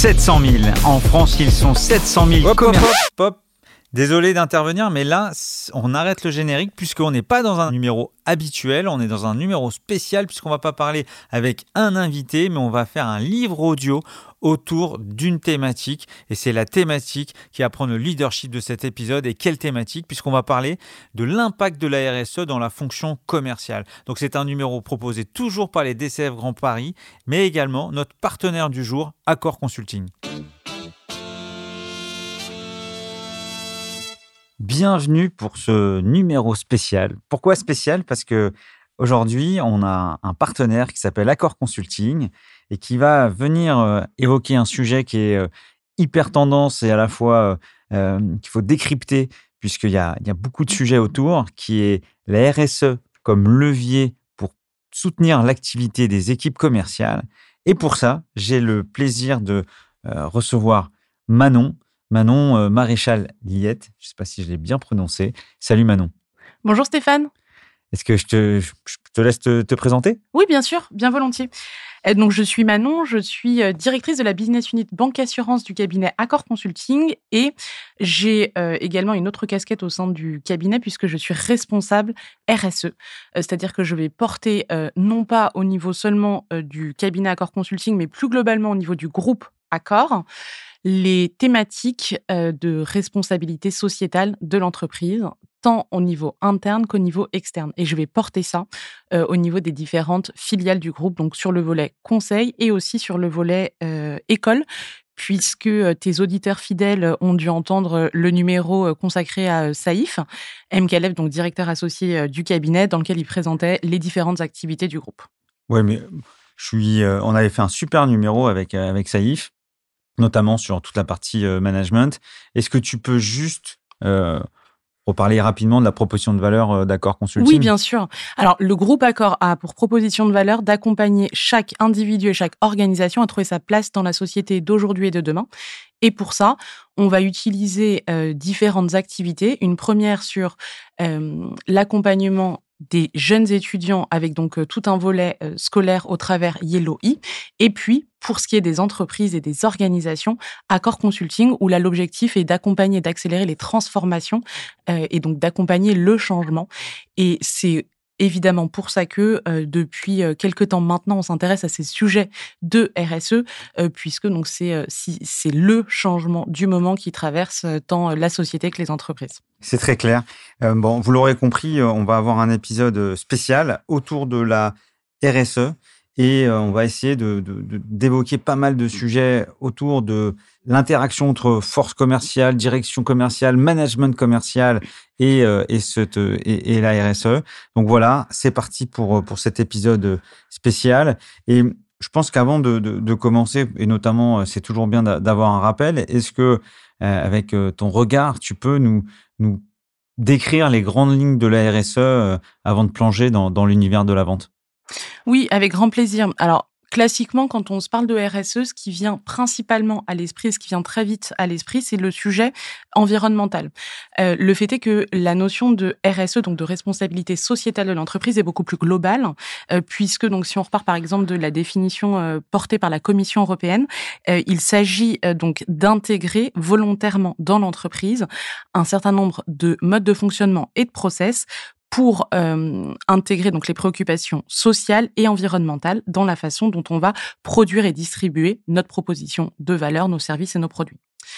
700 000. En France, ils sont 700 000 Hop. Désolé d'intervenir, mais là, on arrête le générique puisqu'on n'est pas dans un numéro habituel, on est dans un numéro spécial puisqu'on ne va pas parler avec un invité, mais on va faire un livre audio autour d'une thématique. Et c'est la thématique qui va prendre le leadership de cet épisode. Et quelle thématique? Puisqu'on va parler de l'impact de la RSE dans la fonction commerciale. Donc c'est un numéro proposé toujours par les DCF Grand Paris, mais également notre partenaire du jour, Accor Consulting. Bienvenue pour ce numéro spécial. Pourquoi spécial? Parce que aujourd'hui, on a un partenaire qui s'appelle Accor Consulting et qui va venir évoquer un sujet qui est hyper tendance et à la fois qu'il faut décrypter puisqu'il y a beaucoup de sujets autour, qui est la RSE comme levier pour soutenir l'activité des équipes commerciales. Et pour ça, j'ai le plaisir de recevoir Manon Maréchal-Lillette. Je ne sais pas si je l'ai bien prononcé. Salut Manon. Bonjour Stéphane. Est-ce que je te laisse te présenter? Oui, bien sûr, bien volontiers. Donc, je suis Manon, je suis directrice de la business unit banque assurance du cabinet Accor Consulting et j'ai également une autre casquette au sein du cabinet puisque je suis responsable RSE. C'est-à-dire que je vais porter non pas au niveau seulement du cabinet Accor Consulting, mais plus globalement au niveau du groupe Accor, les thématiques de responsabilité sociétale de l'entreprise, tant au niveau interne qu'au niveau externe. Et je vais porter ça au niveau des différentes filiales du groupe, donc sur le volet conseil et aussi sur le volet école, puisque tes auditeurs fidèles ont dû entendre le numéro consacré à Saïf Mkalef, donc directeur associé du cabinet, dans lequel il présentait les différentes activités du groupe. Oui, mais on avait fait un super numéro avec Saïf, notamment sur toute la partie management. Est-ce que tu peux juste reparler rapidement de la proposition de valeur d'Accor Consulting? Oui, bien sûr. Alors, le groupe Accor a pour proposition de valeur d'accompagner chaque individu et chaque organisation à trouver sa place dans la société d'aujourd'hui et de demain. Et pour ça, on va utiliser différentes activités. Une première sur l'accompagnement des jeunes étudiants avec donc tout un volet scolaire au travers Yellow E. Et puis, pour ce qui est des entreprises et des organisations, Accor Consulting, où là, l'objectif est d'accompagner, d'accélérer les transformations et donc d'accompagner le changement. Et c'est évidemment pour ça que depuis quelques temps maintenant, on s'intéresse à ces sujets de RSE, puisque donc c'est le changement du moment qui traverse tant la société que les entreprises. C'est très clair. Bon, vous l'aurez compris, on va avoir un épisode spécial autour de la RSE et on va essayer d'évoquer pas mal de sujets autour de l'interaction entre force commerciale, direction commerciale, management commercial et la RSE. Donc voilà, c'est parti pour cet épisode spécial. Et je pense qu'avant de commencer, et notamment, c'est toujours bien d'avoir un rappel, est-ce que, avec ton regard, tu peux nous décrire les grandes lignes de la RSE avant de plonger dans l'univers de la vente? Oui, avec grand plaisir. Alors, classiquement, quand on se parle de RSE, ce qui vient principalement à l'esprit, ce qui vient très vite à l'esprit, c'est le sujet environnemental. Le fait est que la notion de RSE, donc de responsabilité sociétale de l'entreprise, est beaucoup plus globale, puisque donc si on repart par exemple de la définition portée par la Commission européenne, il s'agit donc d'intégrer volontairement dans l'entreprise un certain nombre de modes de fonctionnement et de process pour intégrer donc les préoccupations sociales et environnementales dans la façon dont on va produire et distribuer notre proposition de valeur, nos services et nos produits.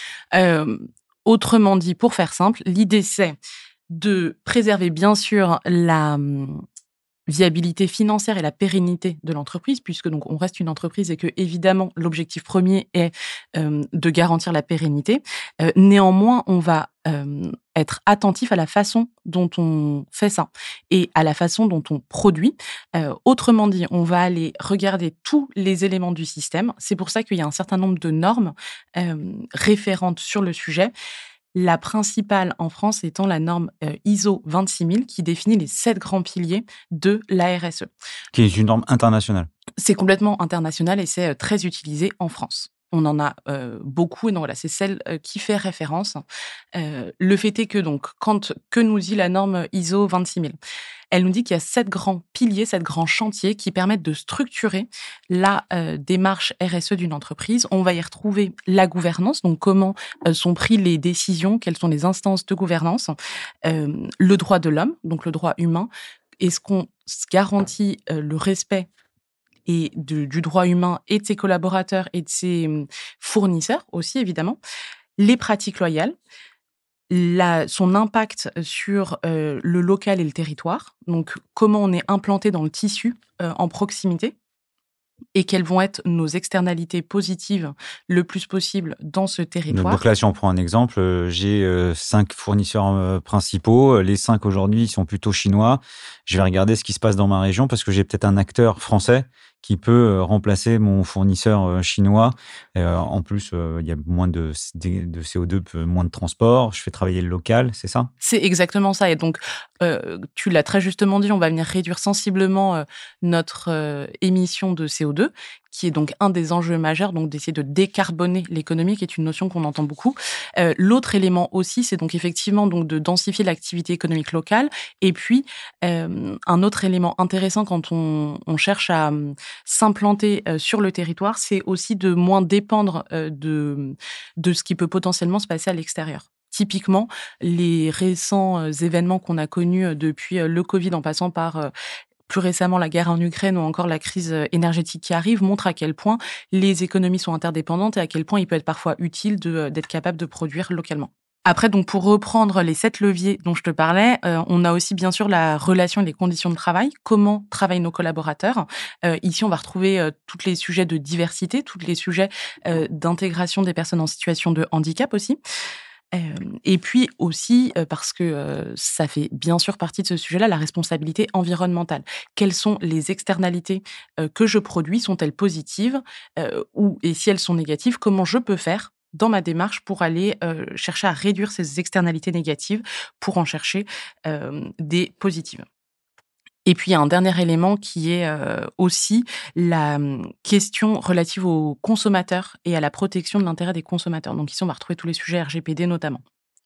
Autrement dit, pour faire simple, l'idée c'est de préserver bien sûr la viabilité financière et la pérennité de l'entreprise, puisque donc on reste une entreprise et que évidemment l'objectif premier est de garantir la pérennité. Néanmoins, on va être attentif à la façon dont on fait ça et à la façon dont on produit. Autrement dit, on va aller regarder tous les éléments du système. C'est pour ça qu'il y a un certain nombre de normes référentes sur le sujet. La principale en France étant la norme ISO 26000 qui définit les 7 grands piliers de la RSE. Qui est une norme internationale. C'est complètement international et c'est très utilisé en France. On en a beaucoup, et donc voilà, c'est celle qui fait référence. Le fait est que donc, que nous dit la norme ISO 26000 ? Elle nous dit qu'il y a 7 grands piliers, 7 grands chantiers qui permettent de structurer la démarche RSE d'une entreprise. On va y retrouver la gouvernance, donc comment sont prises les décisions, quelles sont les instances de gouvernance, le droit de l'homme, donc le droit humain. Est-ce qu'on garantit le respect du droit humain et de ses collaborateurs et de ses fournisseurs aussi, évidemment, les pratiques loyales, son impact sur le local et le territoire, donc comment on est implanté dans le tissu en proximité, et quelles vont être nos externalités positives le plus possible dans ce territoire. Donc là, si on prend un exemple, j'ai 5 fournisseurs principaux. Les 5 aujourd'hui sont plutôt chinois. Je vais regarder ce qui se passe dans ma région parce que j'ai peut-être un acteur français qui peut remplacer mon fournisseur chinois. En plus, il y a moins de CO2, moins de transport. Je fais travailler le local, c'est ça ? C'est exactement ça. Et donc, tu l'as très justement dit, on va venir réduire sensiblement notre émission de CO2, qui est donc un des enjeux majeurs, donc d'essayer de décarboner l'économie, qui est une notion qu'on entend beaucoup. L'autre élément aussi, c'est donc effectivement donc de densifier l'activité économique locale. Et puis, un autre élément intéressant quand on cherche à s'implanter sur le territoire, c'est aussi de moins dépendre de ce qui peut potentiellement se passer à l'extérieur. Typiquement, les récents événements qu'on a connus depuis le Covid, en passant par plus récemment la guerre en Ukraine ou encore la crise énergétique qui arrive, montrent à quel point les économies sont interdépendantes et à quel point il peut être parfois utile d'être capable de produire localement. Après, donc, pour reprendre les 7 leviers dont je te parlais, on a aussi bien sûr la relation et les conditions de travail. Comment travaillent nos collaborateurs ? Ici, on va retrouver tous les sujets de diversité, tous les sujets d'intégration des personnes en situation de handicap aussi. Et puis aussi, parce que ça fait bien sûr partie de ce sujet-là, la responsabilité environnementale. Quelles sont les externalités que je produis ? Sont-elles positives ? Et si elles sont négatives, comment je peux faire dans ma démarche pour aller chercher à réduire ces externalités négatives pour en chercher des positives. Et puis, il y a un dernier élément qui est aussi la question relative aux consommateurs et à la protection de l'intérêt des consommateurs. Donc ici, on va retrouver tous les sujets RGPD notamment.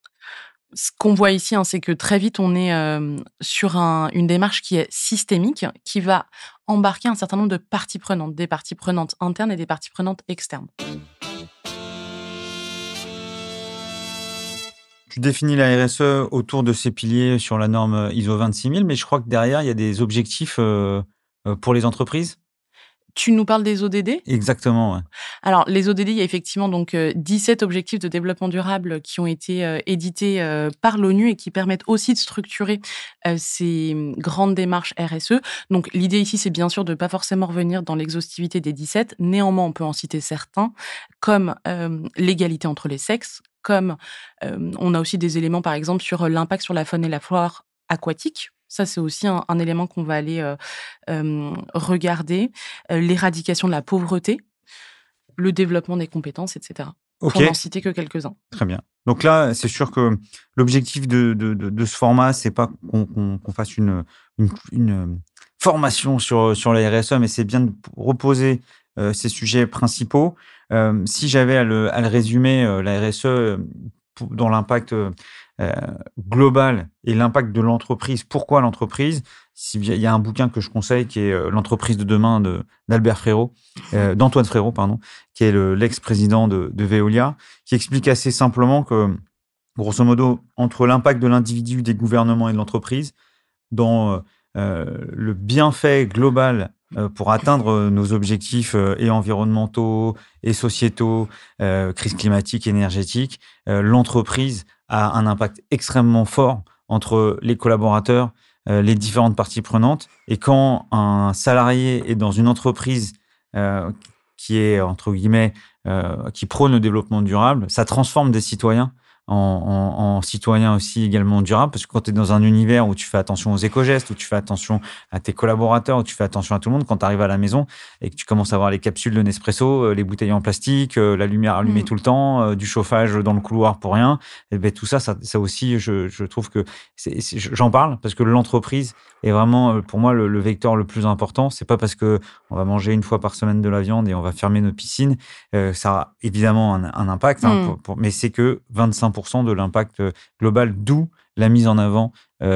Ce qu'on voit ici, c'est que très vite, on est sur une démarche qui est systémique, qui va embarquer un certain nombre de parties prenantes, des parties prenantes internes et des parties prenantes externes. Tu définis la RSE autour de ces piliers sur la norme ISO 26000, mais je crois que derrière, il y a des objectifs pour les entreprises. Tu nous parles des ODD ? Exactement, ouais. Alors, les ODD, il y a effectivement donc 17 objectifs de développement durable qui ont été édités par l'ONU et qui permettent aussi de structurer ces grandes démarches RSE. Donc, l'idée ici, c'est bien sûr de ne pas forcément revenir dans l'exhaustivité des 17. Néanmoins, on peut en citer certains, comme l'égalité entre les sexes, comme on a aussi des éléments, par exemple, sur l'impact sur la faune et la flore aquatique. Ça, c'est aussi un élément qu'on va aller regarder. L'éradication de la pauvreté, le développement des compétences, etc. Ok. Pour n'en citer que quelques-uns. Très bien. Donc là, c'est sûr que l'objectif de ce format, c'est pas qu'on fasse une formation sur la RSE, mais c'est bien de reposer ces sujets principaux. Si j'avais à le résumer, la RSE dans l'impact global et l'impact de l'entreprise, pourquoi l'entreprise ? Il y a un bouquin que je conseille qui est L'entreprise de demain d'Antoine Frérot, qui est l'ex-président de Veolia, qui explique assez simplement que, grosso modo, entre l'impact de l'individu, des gouvernements et de l'entreprise, dans le bienfait global pour atteindre nos objectifs et environnementaux et sociétaux, crise climatique, énergétique, l'entreprise a un impact extrêmement fort entre les collaborateurs, les différentes parties prenantes. Et quand un salarié est dans une entreprise qui est, entre guillemets, qui prône le développement durable, ça transforme des citoyens en citoyen aussi également durable, parce que quand tu es dans un univers où tu fais attention aux éco-gestes, où tu fais attention à tes collaborateurs, où tu fais attention à tout le monde, quand tu arrives à la maison et que tu commences à voir les capsules de Nespresso, les bouteilles en plastique, la lumière allumée tout le temps, du chauffage dans le couloir pour rien, et ben tout ça aussi, je trouve que j'en parle parce que l'entreprise est vraiment pour moi le vecteur le plus important. C'est pas parce que on va manger une fois par semaine de la viande et on va fermer nos piscines, ça a évidemment un impact, mais c'est que 25% de l'impact global, d'où la mise en avant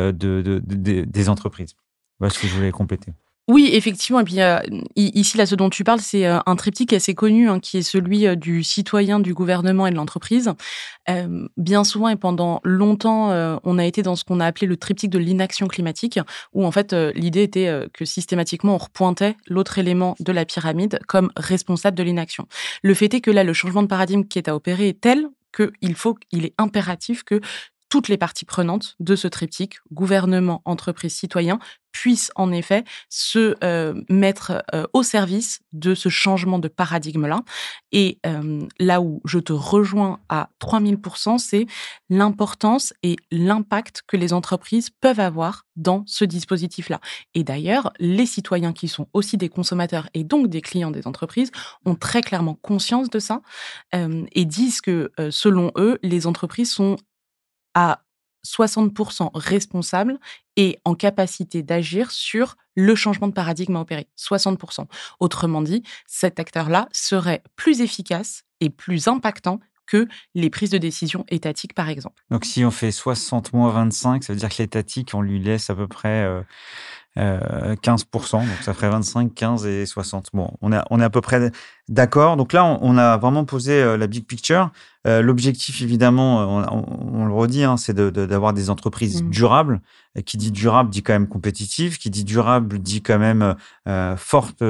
des entreprises. Voilà ce que je voulais compléter. Oui, effectivement. Et puis, ici, là, ce dont tu parles, c'est un triptyque assez connu, qui est celui du citoyen, du gouvernement et de l'entreprise. Bien souvent et pendant longtemps, on a été dans ce qu'on a appelé le triptyque de l'inaction climatique, où en fait, l'idée était que systématiquement, on repointait l'autre élément de la pyramide comme responsable de l'inaction. Le fait est que là, le changement de paradigme qui est à opérer est tel qu'il est impératif que toutes les parties prenantes de ce triptyque, gouvernement, entreprise, citoyen, puissent en effet se mettre au service de ce changement de paradigme-là. Et là où je te rejoins à 3000%, c'est l'importance et l'impact que les entreprises peuvent avoir dans ce dispositif-là. Et d'ailleurs, les citoyens qui sont aussi des consommateurs et donc des clients des entreprises ont très clairement conscience de ça et disent que, selon eux, les entreprises sont à 60% responsables et en capacité d'agir sur le changement de paradigme à opérer. 60%. Autrement dit, cet acteur-là serait plus efficace et plus impactant que les prises de décision étatiques, par exemple. Donc, si on fait 60 moins 25, ça veut dire que l'étatique, on lui laisse à peu près 15%. Donc, ça ferait 25, 15 et 60. Bon, on est à peu près d'accord. Donc là, on a vraiment posé la big picture. L'objectif, évidemment, on le redit, c'est d'avoir des entreprises durables. Et qui dit durable dit quand même compétitive. Qui dit durable dit quand même forte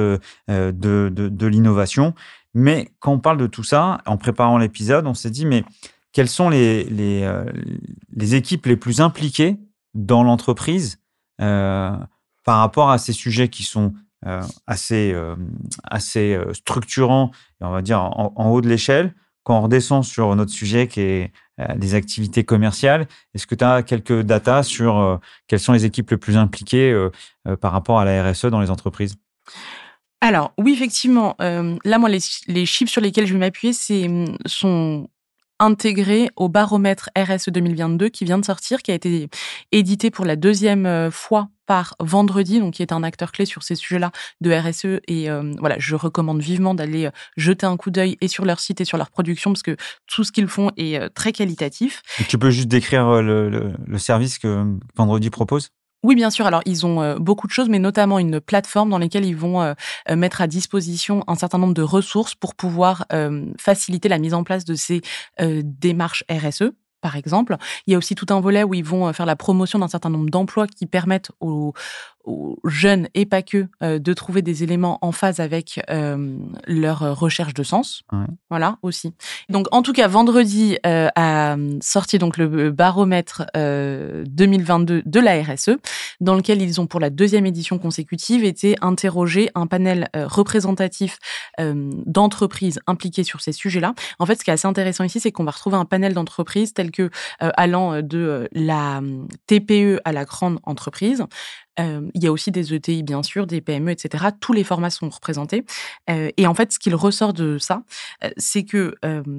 de l'innovation. Mais quand on parle de tout ça, en préparant l'épisode, on s'est dit, mais quelles sont les équipes les plus impliquées dans l'entreprise par rapport à ces sujets qui sont assez structurants, et on va dire en haut de l'échelle. Quand on redescend sur notre sujet qui est les activités commerciales, est-ce que tu as quelques datas sur quelles sont les équipes les plus impliquées par rapport à la RSE dans les entreprises ? Alors, oui, effectivement. Là, moi, les chiffres sur lesquels je vais m'appuyer sont intégrés au baromètre RSE 2022 qui vient de sortir, qui a été édité pour la deuxième fois par Vendredi, donc qui est un acteur clé sur ces sujets-là de RSE. Et voilà, je recommande vivement d'aller jeter un coup d'œil et sur leur site et sur leur production, parce que tout ce qu'ils font est très qualitatif. Et tu peux juste décrire le service que Vendredi propose ? Oui, bien sûr. Alors, ils ont beaucoup de choses, mais notamment une plateforme dans laquelle ils vont mettre à disposition un certain nombre de ressources pour pouvoir faciliter la mise en place de ces démarches RSE. Par exemple, il y a aussi tout un volet où ils vont faire la promotion d'un certain nombre d'emplois qui permettent aux jeunes et pas que de trouver des éléments en phase avec leur recherche de sens. Ouais. Voilà, aussi. Donc, en tout cas, Vendredi a sorti donc le baromètre 2022 de la RSE, dans lequel ils ont, pour la deuxième édition consécutive, été interrogés un panel représentatif d'entreprises impliquées sur ces sujets-là. En fait, ce qui est assez intéressant ici, c'est qu'on va retrouver un panel d'entreprises telles que allant de la TPE à la grande entreprise. Il y a aussi des ETI, bien sûr, des PME, etc. Tous les formats sont représentés. Et en fait, ce qu'il ressort de ça, c'est que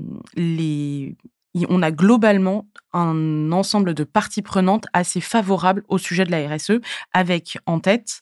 on a globalement un ensemble de parties prenantes assez favorables au sujet de la RSE, avec en tête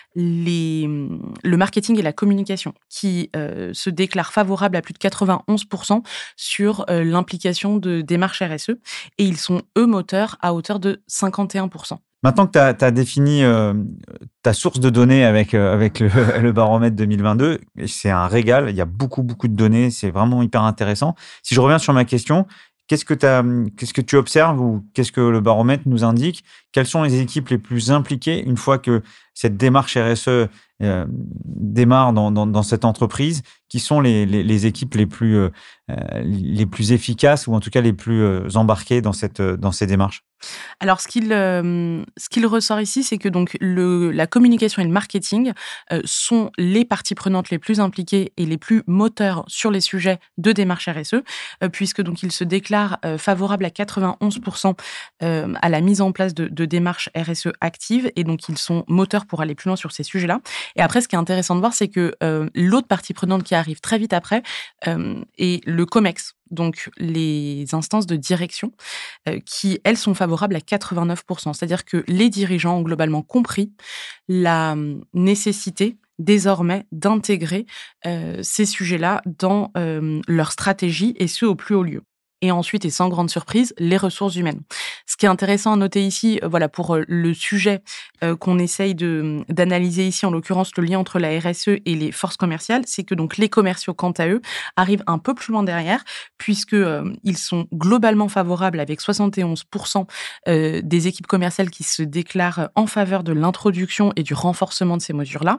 le marketing et la communication, qui se déclarent favorables à plus de 91% sur l'implication de démarches RSE. Et ils sont, eux, moteurs à hauteur de 51%. Maintenant que tu as défini ta source de données avec le baromètre 2022, c'est un régal. Il y a beaucoup de données. C'est vraiment hyper intéressant. Si je reviens sur ma question, qu'est-ce que tu observes ou qu'est-ce que le baromètre nous indique ? quelles sont les équipes les plus impliquées une fois que cette démarche RSE démarre dans cette entreprise? Qui sont les équipes les plus efficaces ou en tout cas les plus embarquées dans ces démarches? Alors, ce qu'il ressort ici, c'est que donc la communication et le marketing sont les parties prenantes les plus impliquées et les plus moteurs sur les sujets de démarche RSE, puisque donc ils se déclarent favorables à 91% à la mise en place de démarches RSE actives, et donc ils sont moteurs pour aller plus loin sur ces sujets-là. Et après, ce qui est intéressant de voir, c'est que l'autre partie prenante qui arrive très vite après est le COMEX, donc les instances de direction, qui, elles, sont favorables à 89%. C'est-à-dire que les dirigeants ont globalement compris la nécessité désormais d'intégrer ces sujets-là dans leur stratégie, et ce, au plus haut lieu. Et ensuite, et sans grande surprise, les ressources humaines. Ce qui est intéressant à noter ici, voilà, pour le sujet qu'on essaye d'analyser ici, en l'occurrence le lien entre la RSE et les forces commerciales, c'est que donc les commerciaux, quant à eux, arrivent un peu plus loin derrière, puisque ils sont globalement favorables, avec 71% des équipes commerciales qui se déclarent en faveur de l'introduction et du renforcement de ces mesures-là.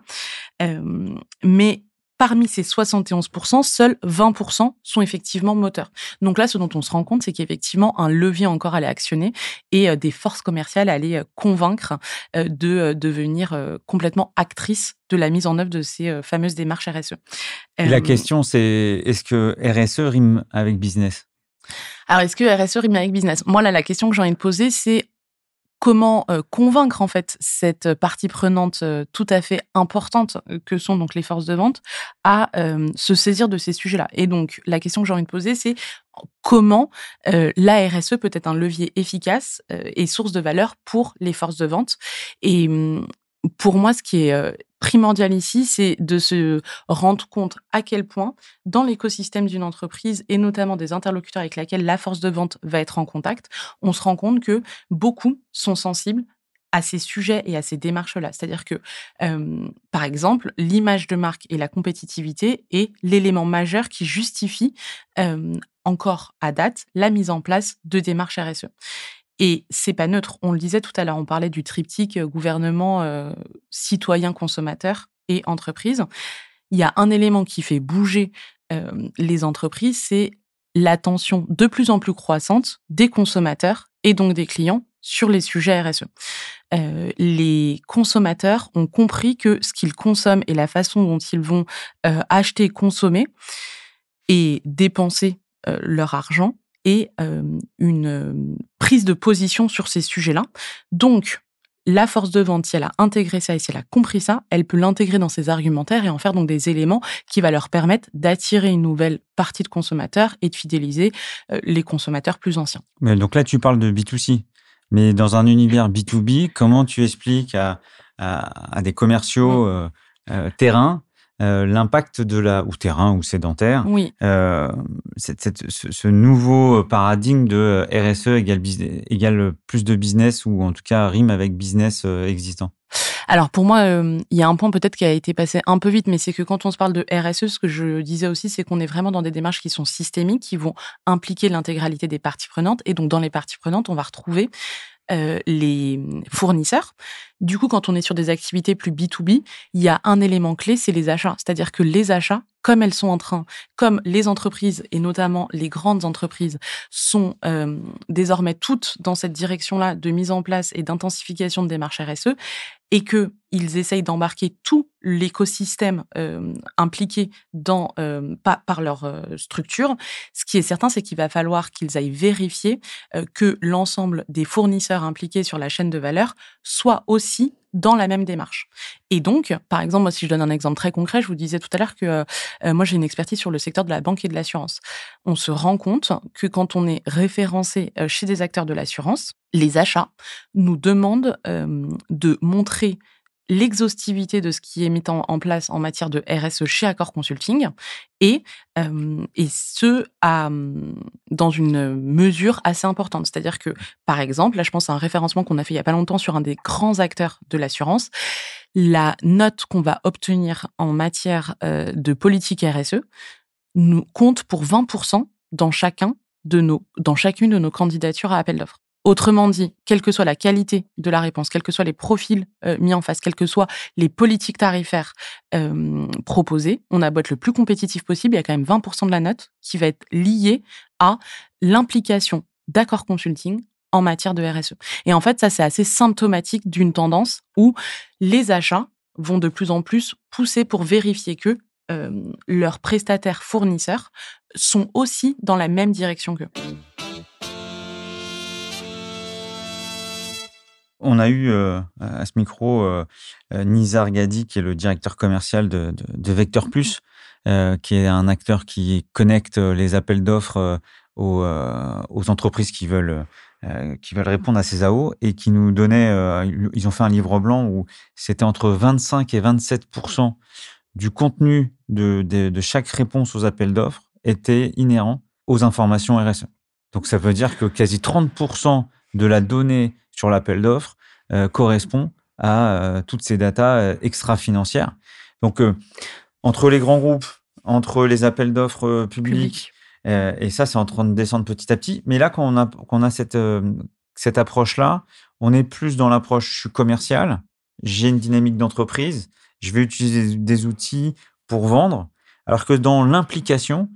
Mais parmi ces 71%, seuls 20% sont effectivement moteurs. Donc là, ce dont on se rend compte, c'est qu'effectivement, un levier encore à aller actionner, et des forces commerciales à aller convaincre de devenir complètement actrices de la mise en œuvre de ces fameuses démarches RSE. Et la question, c'est est-ce que RSE rime avec business? Alors, est-ce que RSE rime avec business? Moi, là, la question que j'ai envie de poser, c'est comment convaincre en fait cette partie prenante tout à fait importante que sont donc les forces de vente à se saisir de ces sujets-là. Et donc la question que j'ai envie de poser, c'est comment la RSE peut être un levier efficace et source de valeur pour les forces de vente. Et pour moi, ce qui est primordial ici, c'est de se rendre compte à quel point, dans l'écosystème d'une entreprise, et notamment des interlocuteurs avec lesquels la force de vente va être en contact, on se rend compte que beaucoup sont sensibles à ces sujets et à ces démarches-là. C'est-à-dire que, par exemple, l'image de marque et la compétitivité est l'élément majeur qui justifie, encore à date, la mise en place de démarches RSE. Et c'est pas neutre. On le disait tout à l'heure, on parlait du triptyque gouvernement, citoyen, consommateur et entreprise. Il y a un élément qui fait bouger les entreprises, c'est l'attention de plus en plus croissante des consommateurs et donc des clients sur les sujets RSE. Les consommateurs ont compris que ce qu'ils consomment et la façon dont ils vont acheter, consommer et dépenser leur argent et une prise de position sur ces sujets-là. Donc, la force de vente, si elle a intégré ça et si elle a compris ça, elle peut l'intégrer dans ses argumentaires et en faire donc des éléments qui va leur permettre d'attirer une nouvelle partie de consommateurs et de fidéliser les consommateurs plus anciens. Mais donc là, tu parles de B2C. Mais dans un univers B2B, comment tu expliques à des commerciaux terrain l'impact ou terrain ou sédentaire, Oui. ce nouveau paradigme de RSE égale plus de business, ou en tout cas rime avec business existant? Alors pour moi, il y a un point peut-être qui a été passé un peu vite, mais c'est que quand on se parle de RSE, ce que je disais aussi, c'est qu'on est vraiment dans des démarches qui sont systémiques, qui vont impliquer l'intégralité des parties prenantes. Et donc dans les parties prenantes, on va retrouver les fournisseurs. Du coup, quand on est sur des activités plus B2B, il y a un élément clé, c'est les achats. C'est-à-dire que les achats, comme les entreprises, et notamment les grandes entreprises, sont désormais toutes dans cette direction-là de mise en place et d'intensification de démarches RSE, et qu'ils essayent d'embarquer tout l'écosystème impliqué par leur structure, ce qui est certain, c'est qu'il va falloir qu'ils aillent vérifier que l'ensemble des fournisseurs impliqués sur la chaîne de valeur soient aussi dans la même démarche. Et donc, par exemple, moi, si je donne un exemple très concret, je vous disais tout à l'heure que moi, j'ai une expertise sur le secteur de la banque et de l'assurance. On se rend compte que quand on est référencé chez des acteurs de l'assurance, les achats nous demandent de montrer l'exhaustivité de ce qui est mis en place en matière de RSE chez Accor Consulting, et ce, dans une mesure assez importante. C'est-à-dire que, par exemple, là, je pense à un référencement qu'on a fait il n'y a pas longtemps sur un des grands acteurs de l'assurance. La note qu'on va obtenir en matière de politique RSE nous compte pour 20% dans chacune de nos candidatures à appel d'offres. Autrement dit, quelle que soit la qualité de la réponse, quels que soient les profils mis en face, quelles que soient les politiques tarifaires proposées, on a beau être le plus compétitif possible, il y a quand même 20% de la note qui va être liée à l'implication d'Accor Consulting en matière de RSE. Et en fait, ça, c'est assez symptomatique d'une tendance où les achats vont de plus en plus pousser pour vérifier que leurs prestataires fournisseurs sont aussi dans la même direction qu'eux. On a eu à ce micro Nizar Gadi, qui est le directeur commercial de Vector Plus, qui est un acteur qui connecte les appels d'offres aux entreprises qui veulent répondre à ces AO, et qui nous donnait, ils ont fait un livre blanc où c'était entre 25 et 27% du contenu de chaque réponse aux appels d'offres était inhérent aux informations RSE. Donc ça veut dire que quasi 30% de la donnée sur l'appel d'offres correspond à toutes ces datas extra-financières. Donc, entre les grands groupes, entre les appels d'offres publics, et ça, c'est en train de descendre petit à petit. Mais là, quand on a cette approche-là, on est plus dans l'approche, je suis commercial, j'ai une dynamique d'entreprise, je vais utiliser des outils pour vendre, alors que dans l'implication,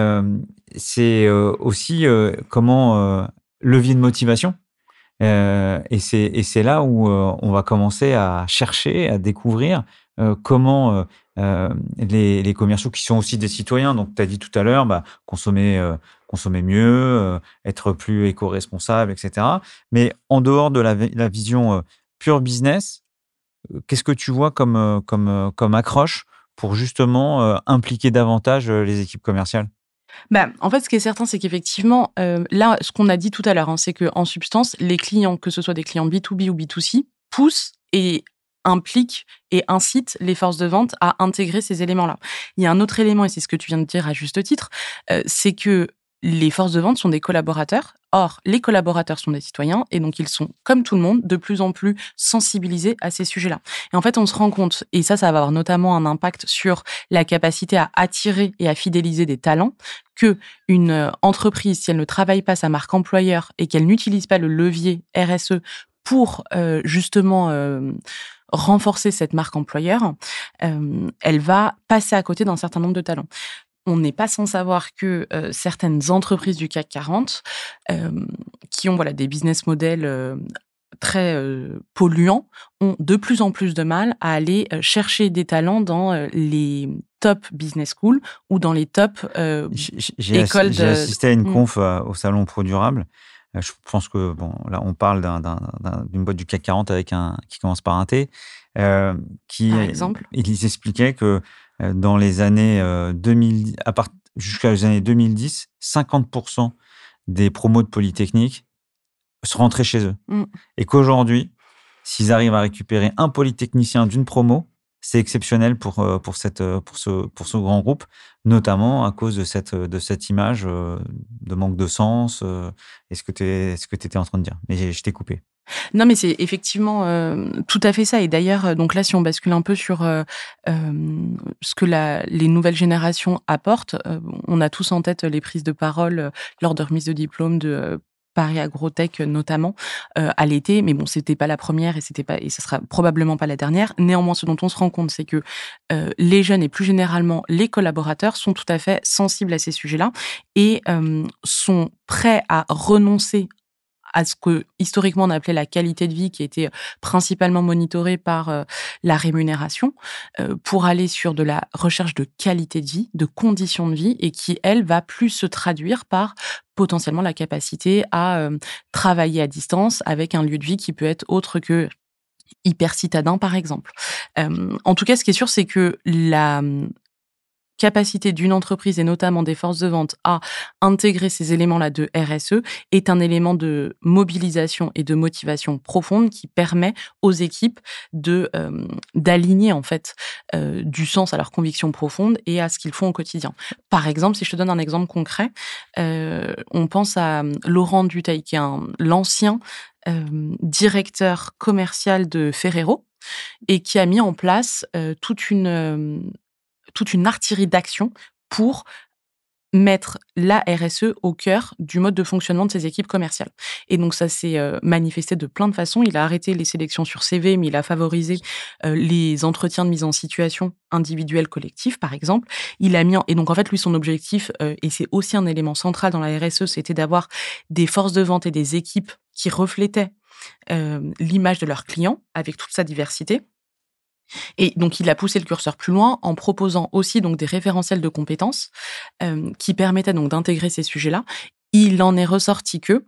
c'est aussi comment levier de motivation. Et c'est là où on va commencer à chercher, à découvrir comment les commerciaux, qui sont aussi des citoyens, donc tu as dit tout à l'heure, consommer mieux, être plus éco-responsable, etc. Mais en dehors de la vision pure business, qu'est-ce que tu vois comme accroche pour justement impliquer davantage les équipes commerciales? En fait, ce qui est certain, c'est qu'effectivement, là, ce qu'on a dit tout à l'heure, c'est qu'en substance, les clients, que ce soit des clients B2B ou B2C, poussent et impliquent et incitent les forces de vente à intégrer ces éléments-là. Il y a un autre élément, et c'est ce que tu viens de dire à juste titre, c'est que les forces de vente sont des collaborateurs. Or, les collaborateurs sont des citoyens et donc ils sont, comme tout le monde, de plus en plus sensibilisés à ces sujets-là. Et en fait, on se rend compte, et ça va avoir notamment un impact sur la capacité à attirer et à fidéliser des talents, que une entreprise, si elle ne travaille pas sa marque employeur et qu'elle n'utilise pas le levier RSE pour justement renforcer cette marque employeur, elle va passer à côté d'un certain nombre de talents. On n'est pas sans savoir que certaines entreprises du CAC 40 qui ont des business models très polluants ont de plus en plus de mal à aller chercher des talents dans les top business schools ou dans les top écoles de... J'ai assisté à une conf au salon Pro Durable. Je pense que, là, on parle d'une boîte du CAC 40 qui commence par un T. Par exemple. Ils expliquaient que dans les années 2000, jusqu'à les années 2010, 50% des promos de Polytechnique se rentraient chez eux. Et qu'aujourd'hui, s'ils arrivent à récupérer un polytechnicien d'une promo, c'est exceptionnel pour ce grand groupe, notamment à cause de cette image de manque de sens. Est-ce que tu étais en train de dire? Mais je t'ai coupé. Non, mais c'est effectivement tout à fait ça. Et d'ailleurs, donc là, si on bascule un peu sur ce que les nouvelles générations apportent, on a tous en tête les prises de parole lors de remise de diplôme de Paris Agrotech notamment à l'été, mais c'était pas la première et ça sera probablement pas la dernière. Néanmoins, ce dont on se rend compte, c'est que les jeunes et plus généralement les collaborateurs sont tout à fait sensibles à ces sujets-là et sont prêts à renoncer à ce que historiquement on appelait la qualité de vie, qui était principalement monitorée par la rémunération, pour aller sur de la recherche de qualité de vie, de conditions de vie, et qui, elle, va plus se traduire par potentiellement la capacité à travailler à distance avec un lieu de vie qui peut être autre que hyper citadin, par exemple. En tout cas, ce qui est sûr, c'est que la capacité d'une entreprise et notamment des forces de vente à intégrer ces éléments-là de RSE est un élément de mobilisation et de motivation profonde qui permet aux équipes d'aligner en fait du sens à leurs convictions profondes et à ce qu'ils font au quotidien. Par exemple, si je te donne un exemple concret, on pense à Laurent Dutheil, qui est l'ancien directeur commercial de Ferrero et qui a mis en place toute une artillerie d'action pour mettre la RSE au cœur du mode de fonctionnement de ses équipes commerciales. Et donc, ça s'est manifesté de plein de façons. Il a arrêté les sélections sur CV, mais il a favorisé les entretiens de mise en situation individuels, collectifs, par exemple. Il a mis et donc, en fait, lui, son objectif, et c'est aussi un élément central dans la RSE, c'était d'avoir des forces de vente et des équipes qui reflétaient l'image de leurs clients avec toute sa diversité. Et donc, il a poussé le curseur plus loin en proposant aussi donc des référentiels de compétences qui permettaient donc d'intégrer ces sujets-là. Il en est ressorti que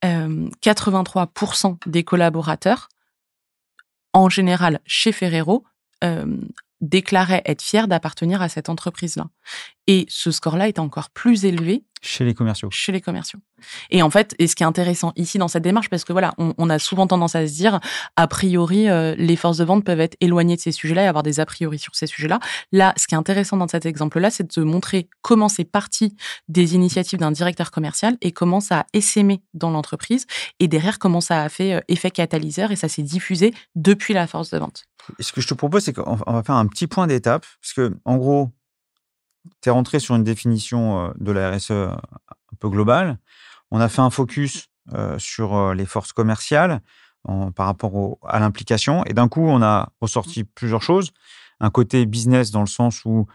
83% des collaborateurs, en général chez Ferrero, déclaraient être fiers d'appartenir à cette entreprise-là. Et ce score-là est encore plus élevé chez les commerciaux. Chez les commerciaux. Et en fait, ce qui est intéressant ici dans cette démarche, parce que voilà, on a souvent tendance à se dire, a priori, les forces de vente peuvent être éloignées de ces sujets-là et avoir des a priori sur ces sujets-là. Là, ce qui est intéressant dans cet exemple-là, c'est de montrer comment c'est parti des initiatives d'un directeur commercial et comment ça a essaimé dans l'entreprise et derrière, comment ça a fait effet catalyseur et ça s'est diffusé depuis la force de vente. Et ce que je te propose, c'est qu'on va faire un petit point d'étape, parce que, en gros, tu es rentré sur une définition de la RSE un peu globale. On a fait un focus sur les forces commerciales par rapport à l'implication. Et d'un coup, on a ressorti plusieurs choses. Un côté business dans le sens où